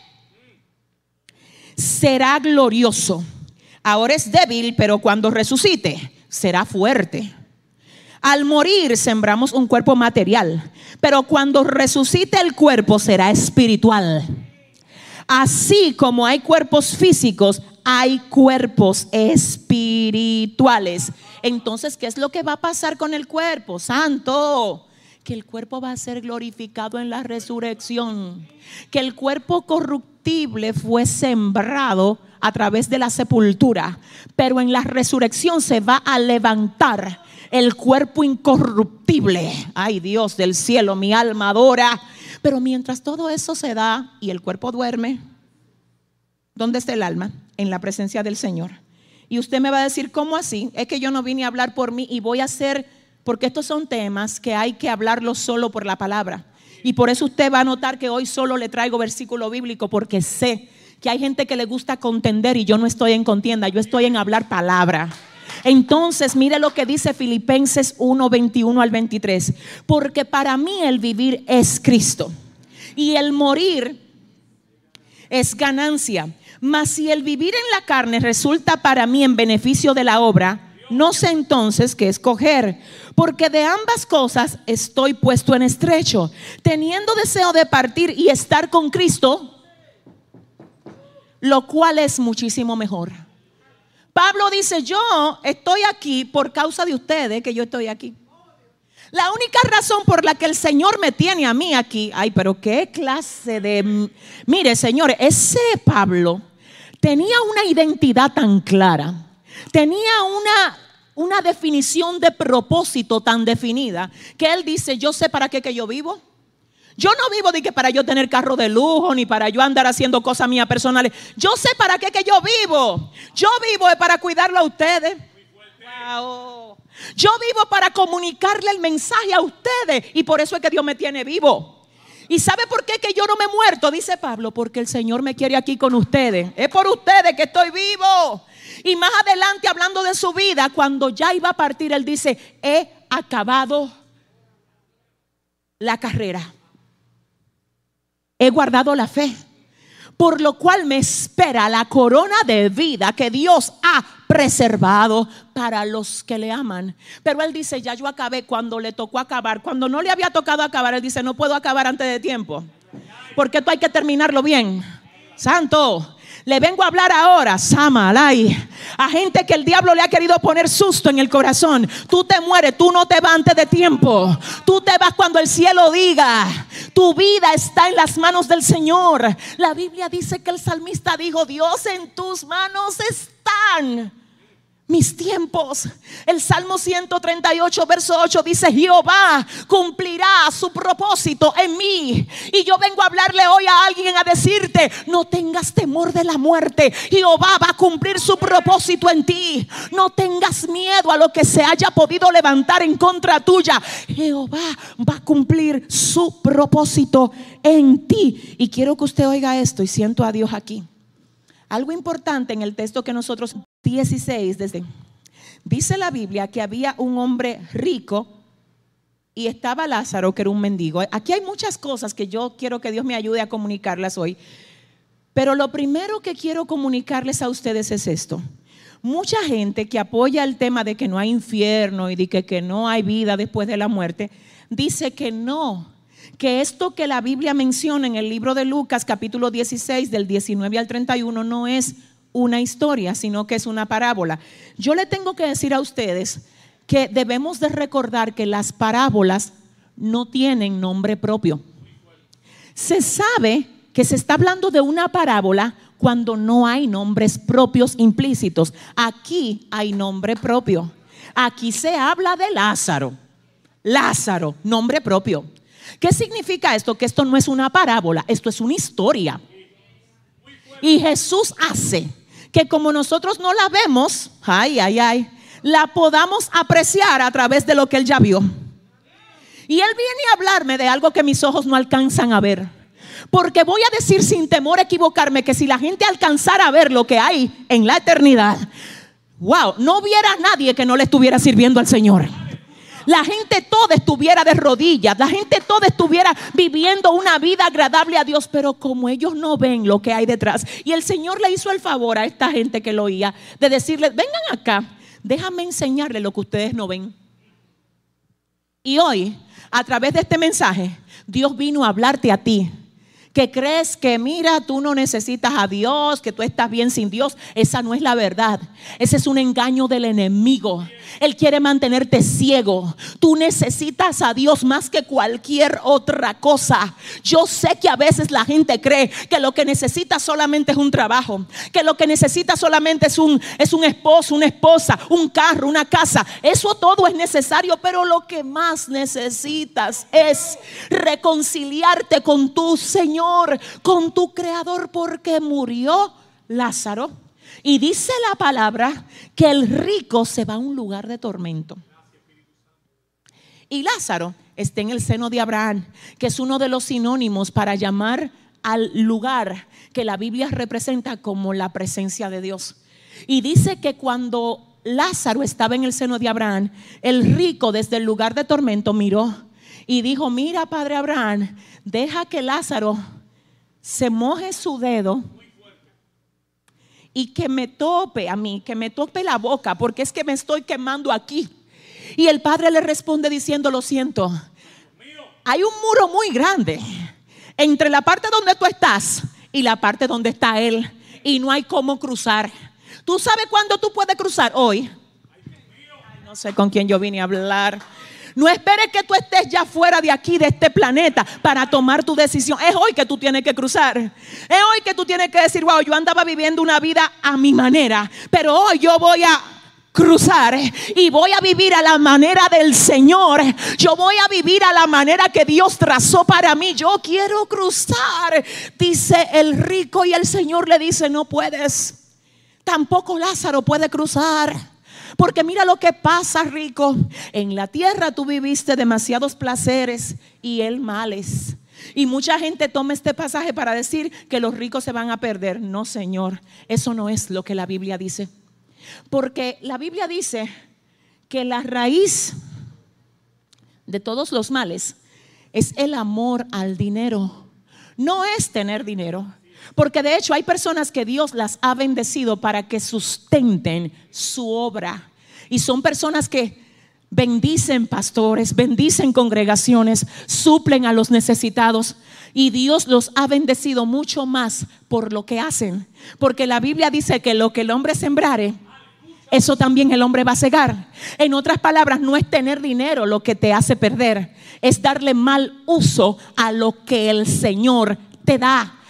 será glorioso. Ahora es débil, pero cuando resucite será fuerte. Al morir sembramos un cuerpo material, pero cuando resucite el cuerpo será espiritual. Así como hay cuerpos físicos, hay cuerpos espirituales. Entonces, ¿qué es lo que va a pasar con el cuerpo? Santo, que el cuerpo va a ser glorificado en la resurrección. Que el cuerpo corruptible fue sembrado a través de la sepultura, pero en la resurrección se va a levantar el cuerpo incorruptible. Ay, Dios del cielo, mi alma adora. Pero mientras todo eso se da y el cuerpo duerme, ¿dónde está el alma? En la presencia del Señor. Y usted me va a decir, ¿cómo así? Es que yo no vine a hablar por mí y voy a hacer, porque estos son temas que hay que hablarlos solo por la palabra. Y por eso usted va a notar que hoy solo le traigo versículo bíblico, porque sé que hay gente que le gusta contender y yo no estoy en contienda, yo estoy en hablar palabra. Entonces, mire lo que dice Filipenses uno, veintiuno al veintitrés. Porque para mí el vivir es Cristo y el morir es ganancia. Mas si el vivir en la carne resulta para mí en beneficio de la obra, no sé entonces qué escoger, porque de ambas cosas estoy puesto en estrecho, teniendo deseo de partir y estar con Cristo, lo cual es muchísimo mejor. Pablo dice: yo estoy aquí por causa de ustedes, que yo estoy aquí. La única razón por la que el Señor me tiene a mí aquí, ay, pero qué clase de... Mire, señores, ese Pablo tenía una identidad tan clara, tenía una, una definición de propósito tan definida, que él dice: yo sé para qué que yo vivo. Yo no vivo de que para yo tener carro de lujo, ni para yo andar haciendo cosas mías personales. Yo sé para qué que yo vivo. Yo vivo es para cuidarlo a ustedes. Wow. Yo vivo para comunicarle el mensaje a ustedes, y por eso es que Dios me tiene vivo. ¿Y sabe por qué que yo no me he muerto? Dice Pablo: porque el Señor me quiere aquí con ustedes. Es por ustedes que estoy vivo. Y más adelante, hablando de su vida, cuando ya iba a partir, él dice: he acabado la carrera, he guardado la fe, por lo cual me espera la corona de vida que Dios ha preservado para los que le aman. Pero él dice: ya yo acabé cuando le tocó acabar. Cuando no le había tocado acabar, él dice: no puedo acabar antes de tiempo, porque esto hay que terminarlo bien. Santo, le vengo a hablar ahora, Samalay, a gente que el diablo le ha querido poner susto en el corazón. Tú te mueres, tú no te vas antes de tiempo. Tú te vas cuando el cielo diga. Tu vida está en las manos del Señor. La Biblia dice que el salmista dijo: Dios, en tus manos están mis tiempos. El Salmo ciento treinta y ocho verso ocho dice: Jehová cumplirá su propósito en mí. Y yo vengo a hablarle hoy a alguien, a decirte: no tengas temor de la muerte. Jehová va a cumplir su propósito en ti. No tengas miedo a lo que se haya podido levantar en contra tuya. Jehová va a cumplir su propósito en ti. Y quiero que usted oiga esto, y siento a Dios aquí. Algo importante en el texto que nosotros dieciséis desde dice la Biblia que había un hombre rico y estaba Lázaro, que era un mendigo. Aquí hay muchas cosas que yo quiero que Dios me ayude a comunicarlas hoy, pero lo primero que quiero comunicarles a ustedes es esto. Mucha gente que apoya el tema de que no hay infierno y de que, que no hay vida después de la muerte, dice que no, que esto que la Biblia menciona en el libro de Lucas capítulo dieciséis del diecinueve al treinta y uno no es una historia, sino que es una parábola. Yo le tengo que decir a ustedes que debemos de recordar que las parábolas no tienen nombre propio. Se sabe que se está hablando de una parábola cuando no hay nombres propios implícitos. Aquí hay nombre propio. Aquí se habla de Lázaro. Lázaro, nombre propio. ¿Qué significa esto? Que esto no es una parábola, esto es una historia. Y Jesús hace que como nosotros no la vemos, ay, ay, ay, la podamos apreciar a través de lo que Él ya vio. Y Él viene a hablarme de algo que mis ojos no alcanzan a ver. Porque voy a decir sin temor a equivocarme que si la gente alcanzara a ver lo que hay en la eternidad, wow, no hubiera nadie que no le estuviera sirviendo al Señor. La gente toda estuviera de rodillas, la gente toda estuviera viviendo una vida agradable a Dios, pero como ellos no ven lo que hay detrás. Y el Señor le hizo el favor a esta gente que lo oía de decirle: vengan acá, déjame enseñarle lo que ustedes no ven. Y hoy, a través de este mensaje, Dios vino a hablarte a ti, que crees que mira, tú no necesitas a Dios, que tú estás bien sin Dios. Esa no es la verdad. Ese es un engaño del enemigo. Él quiere mantenerte ciego. Tú necesitas a Dios más que cualquier otra cosa. Yo sé que a veces la gente cree que lo que necesita solamente es un trabajo, que lo que necesita solamente es un, es un esposo, una esposa, un carro, una casa. Eso todo es necesario, pero lo que más necesitas es reconciliarte con tu Señor, con tu Creador, porque murió Lázaro. Y dice la palabra que el rico se va a un lugar de tormento. Y Lázaro está en el seno de Abraham, que es uno de los sinónimos para llamar al lugar que la Biblia representa como la presencia de Dios. Y dice que cuando Lázaro estaba en el seno de Abraham, el rico desde el lugar de tormento miró y dijo: mira, padre Abraham, deja que Lázaro se moje su dedo y que me tope a mí, que me tope la boca, porque es que me estoy quemando aquí. Y el padre le responde diciendo: lo siento, hay un muro muy grande entre la parte donde tú estás y la parte donde está él, y no hay cómo cruzar. ¿Tú sabes cuándo tú puedes cruzar? Hoy. Ay, no sé con quién yo vine a hablar. No esperes que tú estés ya fuera de aquí, de este planeta, para tomar tu decisión. Es hoy que tú tienes que cruzar. Es hoy que tú tienes que decir: wow, yo andaba viviendo una vida a mi manera, pero hoy yo voy a cruzar y voy a vivir a la manera del Señor. Yo voy a vivir a la manera que Dios trazó para mí. Yo quiero cruzar, dice el rico, y el Señor le dice: no puedes. Tampoco Lázaro puede cruzar. Porque mira lo que pasa, rico. En la tierra tú viviste demasiados placeres y él males. Y mucha gente toma este pasaje para decir que los ricos se van a perder. No, Señor, eso no es lo que la Biblia dice. Porque la Biblia dice que la raíz de todos los males es el amor al dinero. No es tener dinero. Porque de hecho hay personas que Dios las ha bendecido para que sustenten su obra. Y son personas que bendicen pastores, bendicen congregaciones, suplen a los necesitados. Y Dios los ha bendecido mucho más por lo que hacen. Porque la Biblia dice que lo que el hombre sembrare, eso también el hombre va a segar. En otras palabras, no es tener dinero lo que te hace perder, es darle mal uso a lo que el Señor te da.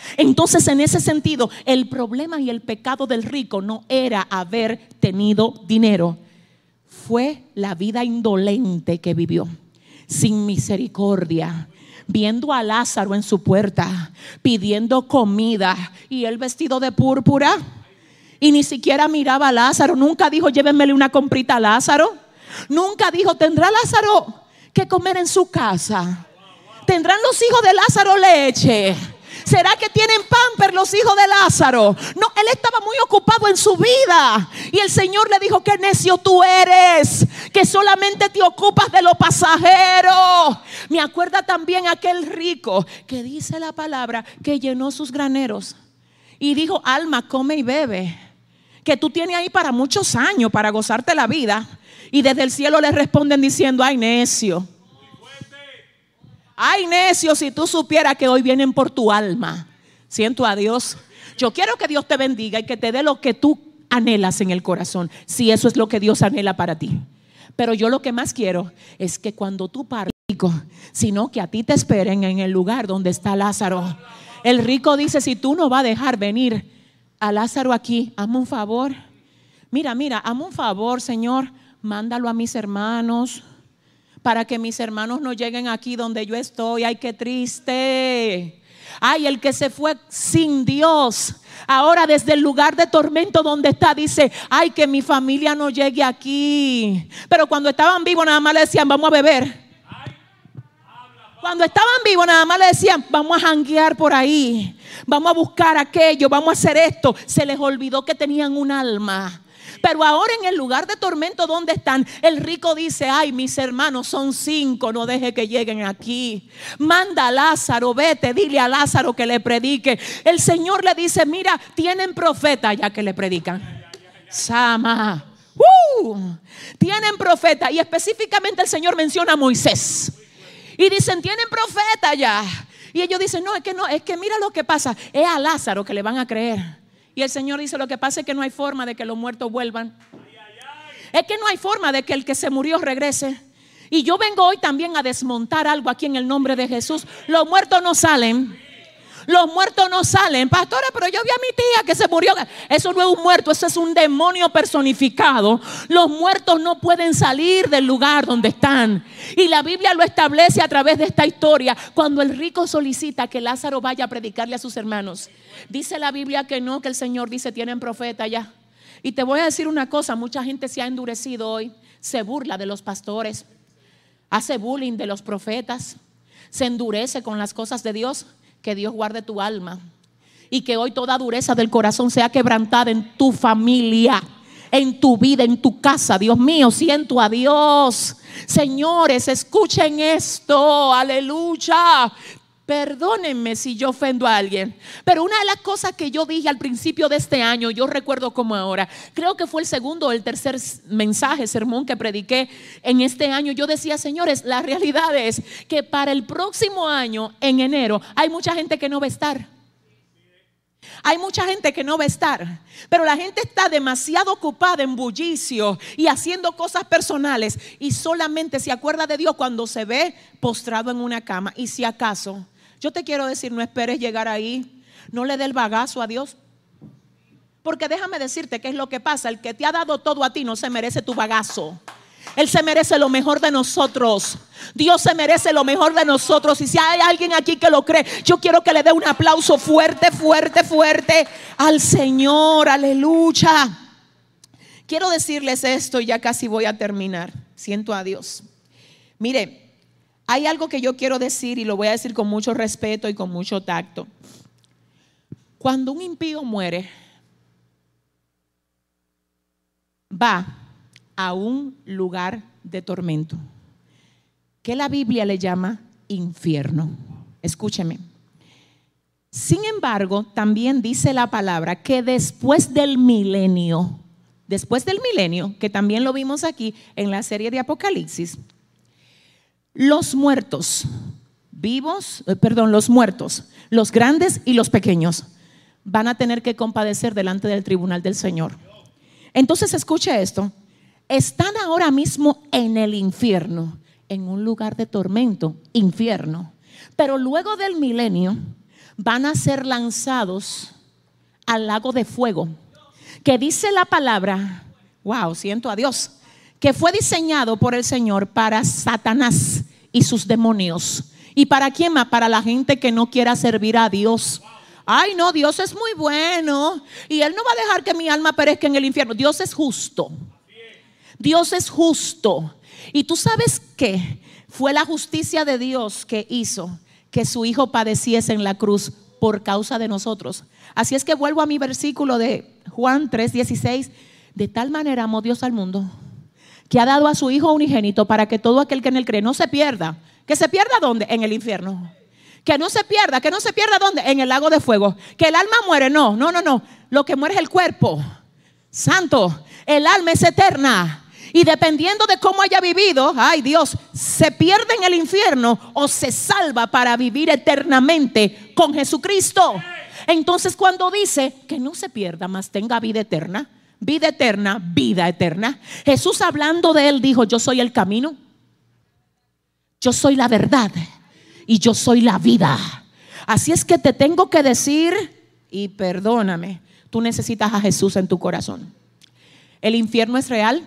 Entonces, en ese sentido, el problema y el pecado del rico no era haber tenido dinero, fue la vida indolente que vivió, sin misericordia, viendo a Lázaro en su puerta, pidiendo comida, y él vestido de púrpura, y ni siquiera miraba a Lázaro. Nunca dijo: llévenmele una comprita a Lázaro. Nunca dijo: ¿tendrá Lázaro que comer en su casa? ¿Tendrán los hijos de Lázaro leche? ¿Será que tienen pamper los hijos de Lázaro? No, él estaba muy ocupado en su vida. Y el Señor le dijo: qué necio tú eres, que solamente te ocupas de lo pasajero. Me acuerda también aquel rico que dice la palabra que llenó sus graneros y dijo: alma, come y bebe, que tú tienes ahí para muchos años, para gozarte la vida. Y desde el cielo le responden diciendo: ay, necio, ay, necio, si tú supieras que hoy vienen por tu alma. Siento a Dios. Yo quiero que Dios te bendiga y que te dé lo que tú anhelas en el corazón, si eso es lo que Dios anhela para ti. Pero yo lo que más quiero es que cuando tú partes, sino que a ti te esperen en el lugar donde está Lázaro. El rico dice: si tú no vas a dejar venir a Lázaro aquí, hazme un favor. Mira, mira, hazme un favor, Señor, mándalo a mis hermanos, para que mis hermanos no lleguen aquí donde yo estoy. Ay, qué triste. Ay, el que se fue sin Dios, ahora desde el lugar de tormento donde está, dice: ay, que mi familia no llegue aquí. Pero cuando estaban vivos nada más le decían: vamos a beber. Cuando estaban vivos nada más le decían: vamos a janguear por ahí, vamos a buscar aquello, vamos a hacer esto. Se les olvidó que tenían un alma. Pero ahora en el lugar de tormento donde están, el rico dice: ay, mis hermanos son cinco, no deje que lleguen aquí. Manda a Lázaro, vete, dile a Lázaro que le predique. El Señor le dice: mira, tienen profeta ya que le predican. Sama, uh, tienen profeta. Y específicamente el Señor menciona a Moisés. Y dicen: tienen profeta ya. Y ellos dicen: no, es que no, es que mira lo que pasa, es a Lázaro que le van a creer. Y el Señor dice: lo que pasa es que no hay forma de que los muertos vuelvan. Es que no hay forma de que el que se murió regrese. Y yo vengo hoy también a desmontar algo aquí en el nombre de Jesús. Los muertos no salen. Los muertos no salen. Pastora, pero yo vi a mi tía que se murió. Eso no es un muerto, eso es un demonio personificado. Los muertos no pueden salir del lugar donde están. Y la Biblia lo establece a través de esta historia. Cuando el rico solicita que Lázaro vaya a predicarle a sus hermanos, dice la Biblia que no, que el Señor dice: tienen profeta ya. Y te voy a decir una cosa: mucha gente se ha endurecido hoy, se burla de los pastores, hace bullying de los profetas, se endurece con las cosas de Dios. Que Dios guarde tu alma y que hoy toda dureza del corazón sea quebrantada en tu familia, en tu vida, en tu casa. Dios mío, siento a Dios. Señores, escuchen esto, aleluya. Perdónenme si yo ofendo a alguien, pero una de las cosas que yo dije al principio de este año, yo recuerdo como ahora, creo que fue el segundo o el tercer mensaje, sermón que prediqué en este año. Yo decía: señores, la realidad es que para el próximo año, en enero, hay mucha gente que no va a estar. Hay mucha gente que no va a estar, pero la gente está demasiado ocupada en bullicio y haciendo cosas personales, y solamente se acuerda de Dios cuando se ve postrado en una cama. Y si acaso, yo te quiero decir, no esperes llegar ahí, no le dé el bagazo a Dios, porque déjame decirte qué es lo que pasa: el que te ha dado todo a ti no se merece tu bagazo. Él se merece lo mejor de nosotros. Dios se merece lo mejor de nosotros. Y si hay alguien aquí que lo cree, yo quiero que le dé un aplauso fuerte, fuerte, fuerte al Señor. Aleluya. Quiero decirles esto y ya casi voy a terminar. Siento a Dios. Mire, hay algo que yo quiero decir y lo voy a decir con mucho respeto y con mucho tacto. Cuando un impío muere, va a un lugar de tormento que la Biblia le llama infierno. Escúcheme. Sin embargo, también dice la palabra que después del milenio, después del milenio, que también lo vimos aquí en la serie de Apocalipsis, los muertos vivos, eh, perdón, los muertos, los grandes y los pequeños, van a tener que compadecer delante del tribunal del Señor. Entonces, escuche esto: están ahora mismo en el infierno, en un lugar de tormento, infierno. Pero luego del milenio van a ser lanzados al lago de fuego, que dice la palabra, wow, siento a Dios, que fue diseñado por el Señor para Satanás y sus demonios. ¿Y para quién más? Para la gente que no quiera servir a Dios. Ay, no, Dios es muy bueno y Él no va a dejar que mi alma perezca en el infierno. Dios es justo. Dios es justo. Y tú sabes que fue la justicia de Dios que hizo que su Hijo padeciese en la cruz por causa de nosotros. Así es que vuelvo a mi versículo de Juan tres dieciséis. De tal manera amó Dios al mundo, que ha dado a su Hijo unigénito, para que todo aquel que en Él cree no se pierda. ¿Que se pierda dónde? En el infierno. Que no se pierda, que no se pierda ¿dónde? En el lago de fuego. Que el alma muere, no, no, no, no. Lo que muere es el cuerpo. Santo, el alma es eterna. Y dependiendo de cómo haya vivido, ay Dios, se pierde en el infierno o se salva para vivir eternamente con Jesucristo. Entonces cuando dice que no se pierda, mas tenga vida eterna, vida eterna, vida eterna, Jesús hablando de Él dijo: yo soy el camino, yo soy la verdad y yo soy la vida. Así es que te tengo que decir, y perdóname, tú necesitas a Jesús en tu corazón. El infierno es real,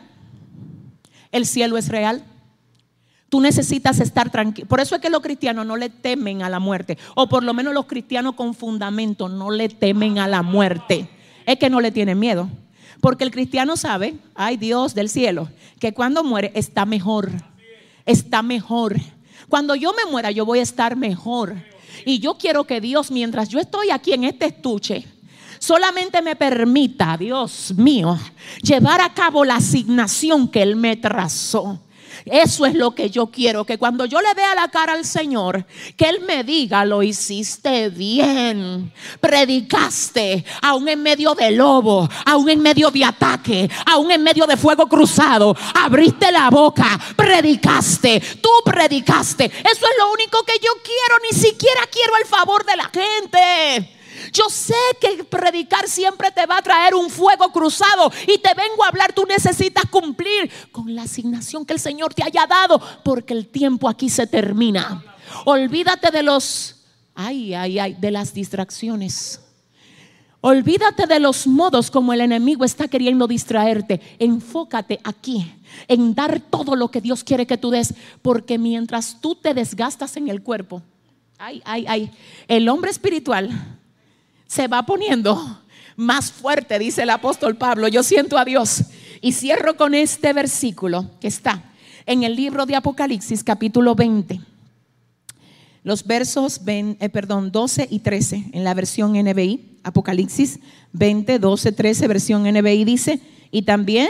el cielo es real. Tú necesitas estar tranquilo. Por eso es que los cristianos no le temen a la muerte, o por lo menos los cristianos con fundamento no le temen a la muerte. Es que no le tienen miedo, porque el cristiano sabe, ay Dios del cielo, que cuando muere está mejor. Está mejor. Cuando yo me muera yo voy a estar mejor. Y yo quiero que Dios, mientras yo estoy aquí en este estuche, solamente me permita, Dios mío, llevar a cabo la asignación que Él me trazó. Eso es lo que yo quiero, que cuando yo le vea la cara al Señor, que Él me diga: lo hiciste bien, predicaste aún en medio de lobo, aún en medio de ataque, aún en medio de fuego cruzado, abriste la boca, predicaste, tú predicaste. Eso es lo único que yo quiero, ni siquiera quiero el favor de la gente. Yo sé que predicar siempre te va a traer un fuego cruzado, y te vengo a hablar, tú necesitas cumplir con la asignación que el Señor te haya dado, porque el tiempo aquí se termina. Olvídate de los, ay, ay, ay, de las distracciones. Olvídate de los modos como el enemigo está queriendo distraerte. Enfócate aquí en dar todo lo que Dios quiere que tú des, porque mientras tú te desgastas en el cuerpo, ay, ay, ay, el hombre espiritual se va poniendo más fuerte, dice el apóstol Pablo. Yo siento a Dios. Y cierro con este versículo que está en el libro de Apocalipsis, capítulo veinte, los versos ven, eh, perdón, doce y trece en la versión N B I. Apocalipsis veinte, doce, trece, versión N B I dice: y también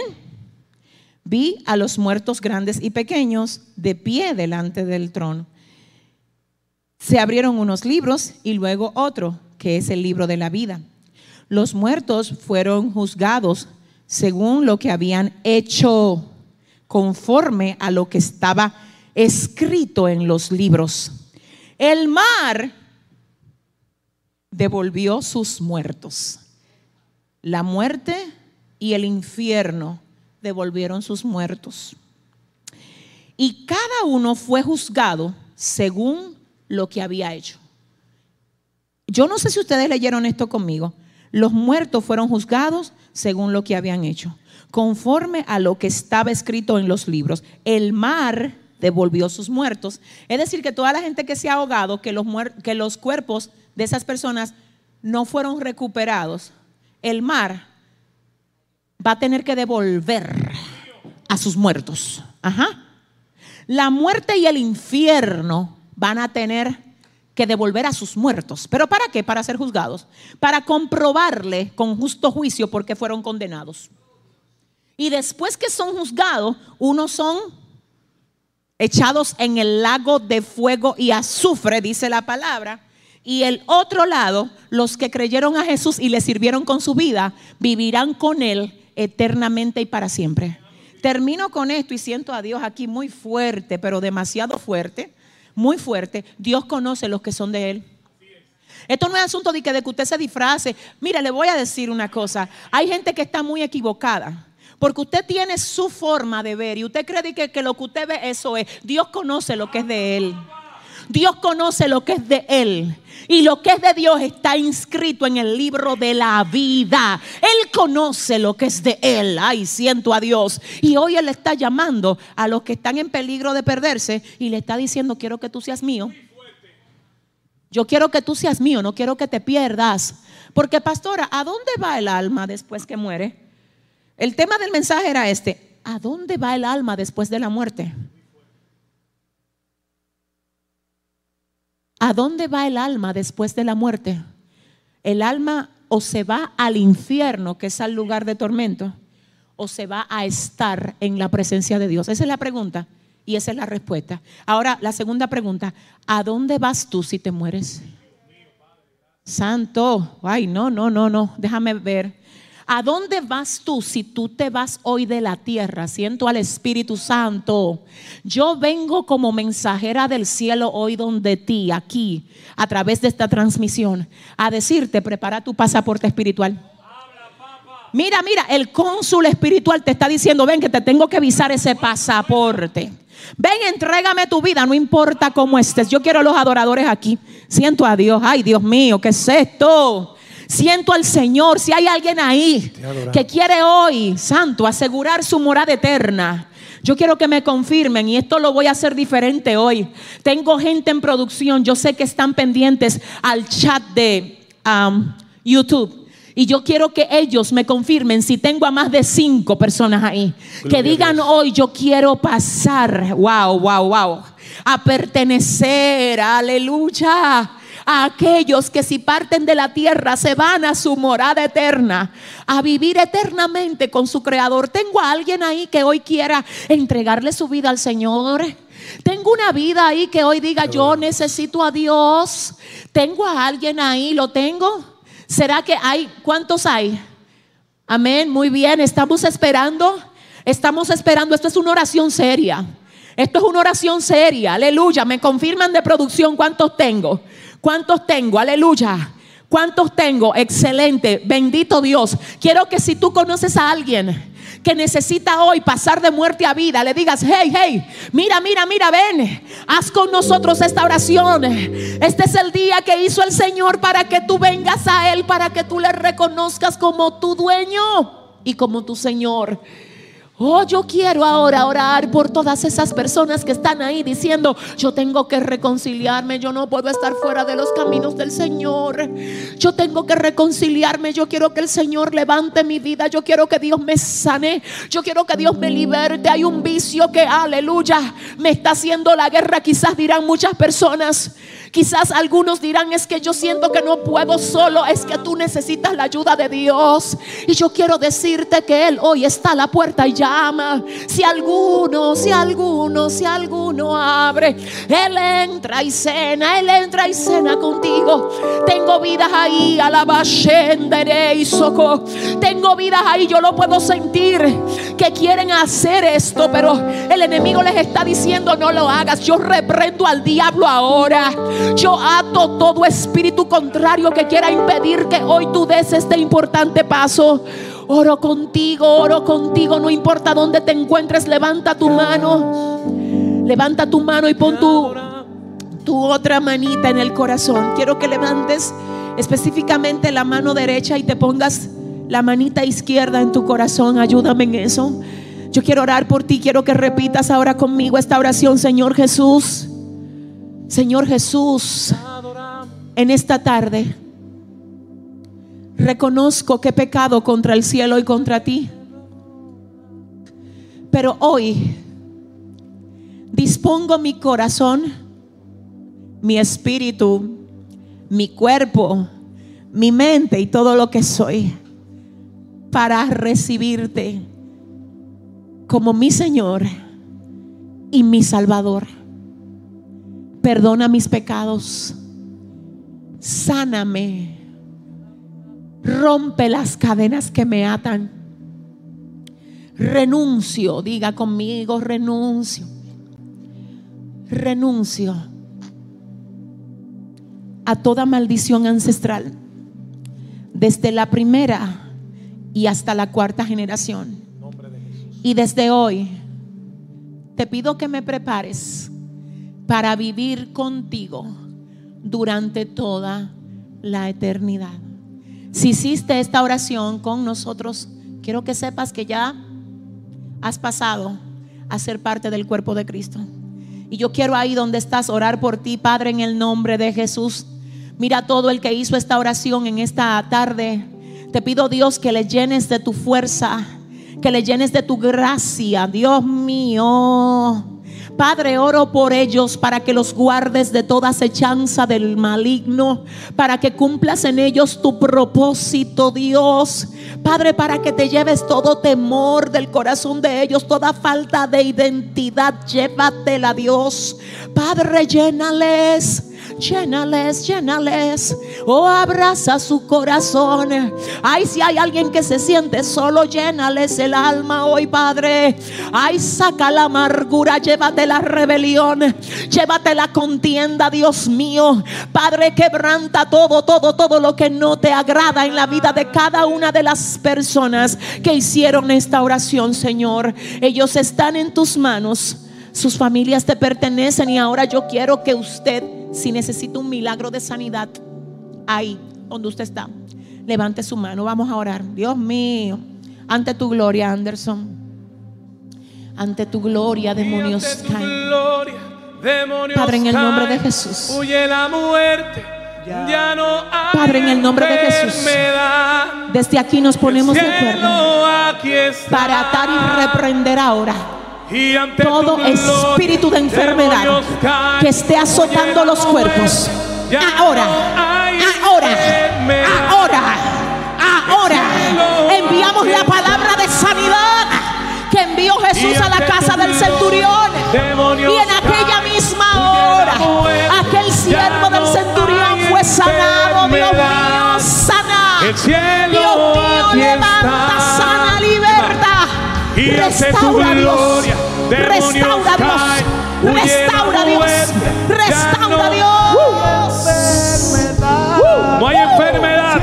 vi a los muertos grandes y pequeños de pie delante del trono. Se abrieron unos libros y luego otro, que es el libro de la vida. Los muertos fueron juzgados según lo que habían hecho, conforme a lo que estaba escrito en los libros. El mar devolvió sus muertos. La muerte y el infierno devolvieron sus muertos. Y cada uno fue juzgado según lo que había hecho. Yo no sé si ustedes leyeron esto conmigo. Los muertos fueron juzgados según lo que habían hecho, conforme a lo que estaba escrito en los libros. El mar devolvió sus muertos. Es decir, que toda la gente que se ha ahogado, que los, muer- que los cuerpos de esas personas no fueron recuperados, el mar va a tener que devolver a sus muertos. Ajá. La muerte y el infierno van a tener que devolver a sus muertos. ¿Pero para qué? Para ser juzgados, para comprobarle con justo juicio por qué fueron condenados. Y después que son juzgados, unos son echados en el lago de fuego y azufre, dice la palabra, y el otro lado, los que creyeron a Jesús y le sirvieron con su vida, vivirán con Él eternamente y para siempre. Termino con esto y siento a Dios aquí muy fuerte, pero demasiado fuerte. Muy fuerte. Dios conoce los que son de Él. Esto no es asunto de que, de que usted se disfrace. Mira, le voy a decir una cosa. Hay gente que está muy equivocada, porque usted tiene su forma de ver y usted cree que, que lo que usted ve eso es. Dios conoce lo que es de Él. Dios conoce lo que es de Él. Y lo que es de Dios está inscrito en el libro de la vida. Él conoce lo que es de Él. Ay, siento a Dios. Y hoy Él está llamando a los que están en peligro de perderse y le está diciendo: quiero que tú seas mío. Yo quiero que tú seas mío, no quiero que te pierdas. Porque, pastora, ¿a dónde va el alma después que muere? El tema del mensaje era este: ¿a dónde va el alma después de la muerte? ¿A dónde va el alma después de la muerte? El alma o se va al infierno, que es al lugar de tormento, o se va a estar en la presencia de Dios. Esa es la pregunta y esa es la respuesta. Ahora, la segunda pregunta: ¿a dónde vas tú si te mueres? Santo, ay, no, no, no, no, déjame ver. ¿A dónde vas tú si tú te vas hoy de la tierra? Siento al Espíritu Santo. Yo vengo como mensajera del cielo hoy donde ti, aquí, a través de esta transmisión, a decirte: prepara tu pasaporte espiritual. Mira, mira, el cónsul espiritual te está diciendo: ven que te tengo que visar ese pasaporte. Ven, entrégame tu vida, no importa cómo estés. Yo quiero a los adoradores aquí. Siento a Dios. Ay, Dios mío, ¿qué es esto? Siento al Señor. Si hay alguien ahí que quiere hoy, santo, asegurar su morada eterna, yo quiero que me confirmen, y esto lo voy a hacer diferente hoy. Tengo gente en producción, yo sé que están pendientes al chat de um, YouTube, y yo quiero que ellos me confirmen si tengo a más de cinco personas ahí que digan hoy: yo quiero pasar, wow, wow, wow, a pertenecer, aleluya, a aquellos que si parten de la tierra se van a su morada eterna, a vivir eternamente con su Creador. Tengo a alguien ahí que hoy quiera entregarle su vida al Señor. Tengo una vida ahí que hoy diga: yo necesito a Dios. Tengo a alguien ahí, ¿lo tengo? ¿Será que hay? ¿Cuántos hay? Amén, muy bien, estamos esperando. Estamos esperando, esto es una oración seria. Esto es una oración seria, aleluya. Me confirman de producción cuántos tengo. ¿Cuántos tengo? Aleluya. ¿Cuántos tengo? Excelente, bendito Dios. Quiero que si tú conoces a alguien que necesita hoy pasar de muerte a vida, le digas: hey, hey, mira, mira, mira, ven, haz con nosotros esta oración. Este es el día que hizo el Señor para que tú vengas a Él, para que tú le reconozcas como tu dueño y como tu Señor. Oh, yo quiero ahora orar por todas esas personas que están ahí diciendo: yo tengo que reconciliarme, yo no puedo estar fuera de los caminos del Señor, yo tengo que reconciliarme, yo quiero que el Señor levante mi vida, yo quiero que Dios me sane, yo quiero que Dios me liberte. Hay un vicio que, aleluya, me está haciendo la guerra. Quizás dirán muchas personas, quizás algunos dirán: es que yo siento que no puedo solo. Es que tú necesitas la ayuda de Dios. Y yo quiero decirte que Él hoy está a la puerta y llama. Si alguno, si alguno, si alguno abre, Él entra y cena, Él entra y cena contigo. Tengo vidas ahí, alabashendere y soco. Tengo vidas ahí, yo lo puedo sentir, que quieren hacer esto, pero el enemigo les está diciendo: no lo hagas. Yo reprendo al diablo ahora. Yo ato todo espíritu contrario que quiera impedir que hoy tú des este importante paso. Oro contigo, oro contigo, no importa dónde te encuentres. Levanta tu mano, levanta tu mano y pon tu, tu otra manita en el corazón. Quiero que levantes específicamente la mano derecha y te pongas la manita izquierda en tu corazón. Ayúdame en eso. Yo quiero orar por ti. Quiero que repitas ahora conmigo esta oración. Señor Jesús, Señor Jesús, en esta tarde reconozco que he pecado contra el cielo y contra ti, pero hoy dispongo mi corazón, mi espíritu, mi cuerpo, mi mente y todo lo que soy para recibirte como mi Señor y mi Salvador. Perdona mis pecados, sáname, rompe las cadenas que me atan. Renuncio, diga conmigo: renuncio, renuncio a toda maldición ancestral, desde la primera y hasta la cuarta generación. Y desde hoy te pido que me prepares, para vivir contigo durante toda la eternidad. Si hiciste esta oración con nosotros, quiero que sepas que ya has pasado a ser parte del cuerpo de Cristo. Y yo quiero ahí donde estás orar por ti, Padre, en el nombre de Jesús. Mira todo el que hizo esta oración en esta tarde. Te pido, Dios, que le llenes de tu fuerza, que le llenes de tu gracia, Dios mío. Padre, oro por ellos para que los guardes de toda acechanza del maligno, para que cumplas en ellos tu propósito, Dios. Padre, para que te lleves todo temor del corazón de ellos, toda falta de identidad, llévatela, Dios. Padre, llénales. Llénales, llénales. Oh, abraza su corazón. Ay, si hay alguien que se siente solo, llénales el alma hoy, Padre. Ay, saca la amargura, llévate la rebelión, llévate la contienda, Dios mío. Padre, quebranta todo, todo, todo lo que no te agrada en la vida de cada una de las personas que hicieron esta oración, Señor. Ellos están en tus manos. Sus familias te pertenecen y ahora yo quiero que usted, si necesita un milagro de sanidad, ahí donde usted está, levante su mano. Vamos a orar. Dios mío, ante tu gloria, Anderson, ante tu gloria, demonios caen. Padre, en el nombre de Jesús.
Huye la muerte, ya no hay.
Padre, en el nombre de Jesús, desde aquí nos ponemos de acuerdo para atar y reprender ahora todo espíritu de enfermedad que esté azotando los cuerpos. Ahora, ahora, ahora, ahora enviamos la palabra de sanidad que envió Jesús a la casa del centurión. Y en aquella misma hora aquel siervo del centurión fue sanado. Dios mío, sana. Dios mío, levanta, sana, liberta. Restaura, Dios, restaura, Dios, restaura, Dios, restaura, Dios.
No hay enfermedad.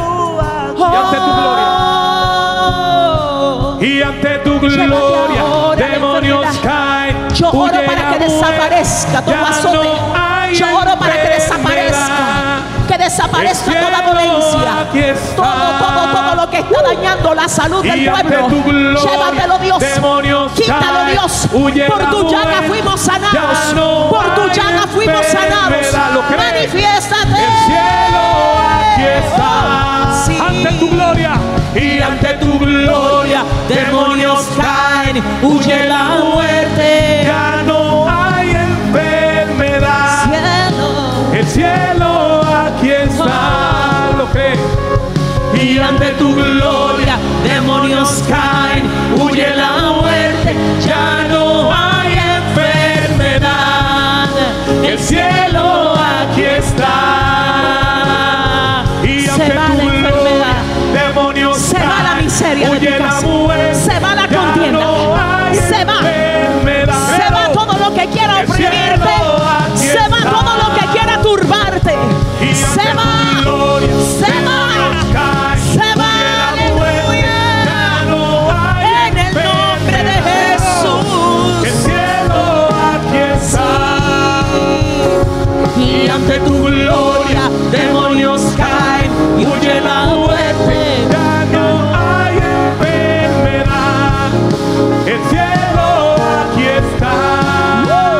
Y ante tu gloria, demonios caen.
Yo oro para que desaparezca todo azote. Yo oro para que desaparezca, que desaparezca toda dolencia, todo, todo, todo lo que está dañando la salud del pueblo. Llévatelo, Dios, quítalo, Dios. Por tu llaga fuimos sanados, por tu llaga fuimos sanados. Manifiéstate.
El cielo aquí está,
sí.
Ante tu gloria, y ante tu gloria, demonios caen, huye la muerte, ya no hay enfermedad.
Cielo.
El cielo aquí está, lo cree. Y ante tu gloria, demonios caen, huye la muerte, ya no hay enfermedad. El cielo aquí está. Y ante tu gloria, demonios
se va la miseria de tu casa,
muerte,
se va la contienda,
no
se va, se va todo lo que quiera oprimirte, se va todo lo que quiera turbarte, se va, se va, se va, aleluya, en el nombre de Jesús.
El cielo aquí está. Y ante tu gloria, demonios caen, y huye la muerte, ya no hay enfermedad. El cielo aquí está.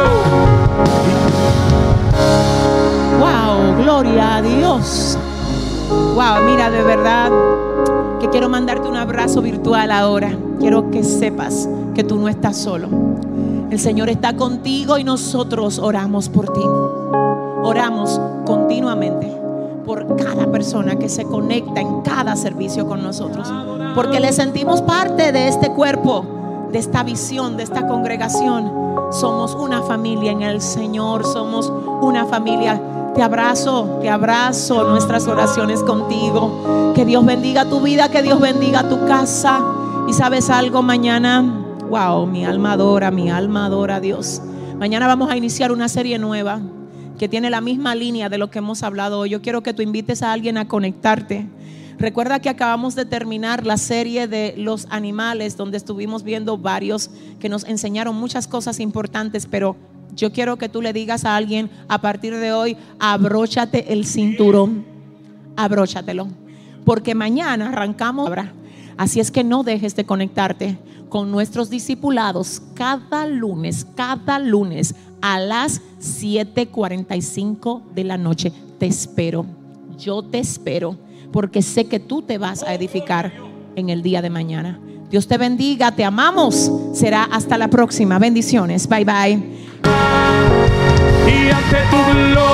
Wow, gloria a Dios. Wow, mira, de verdad que quiero mandarte un abrazo virtual ahora. Quiero que sepas que tú no estás solo. El Señor está contigo y nosotros oramos por ti. Oramos continuamente por cada persona que se conecta en cada servicio con nosotros, porque le sentimos parte de este cuerpo, de esta visión, de esta congregación. Somos una familia en el Señor, somos una familia. Te abrazo, te abrazo, nuestras oraciones contigo. Que Dios bendiga tu vida, que Dios bendiga tu casa. Y sabes algo, mañana, wow, mi alma adora, mi alma adora a Dios. Mañana vamos a iniciar una serie nueva que tiene la misma línea de lo que hemos hablado hoy. Yo quiero que tú invites a alguien a conectarte. Recuerda que acabamos de terminar la serie de los animales, donde estuvimos viendo varios que nos enseñaron muchas cosas importantes, pero Yo quiero que tú le digas a alguien a partir de hoy, abróchate el cinturón, abróchatelo, porque mañana arrancamos. Así es que no dejes de conectarte con nuestros discipulados cada lunes, cada lunes a las siete cuarenta y cinco de la noche. Te espero, yo te espero, porque sé que tú te vas a edificar en el día de mañana. Dios te bendiga, te amamos. Será hasta la próxima. Bendiciones, bye bye.
Y ante tu gloria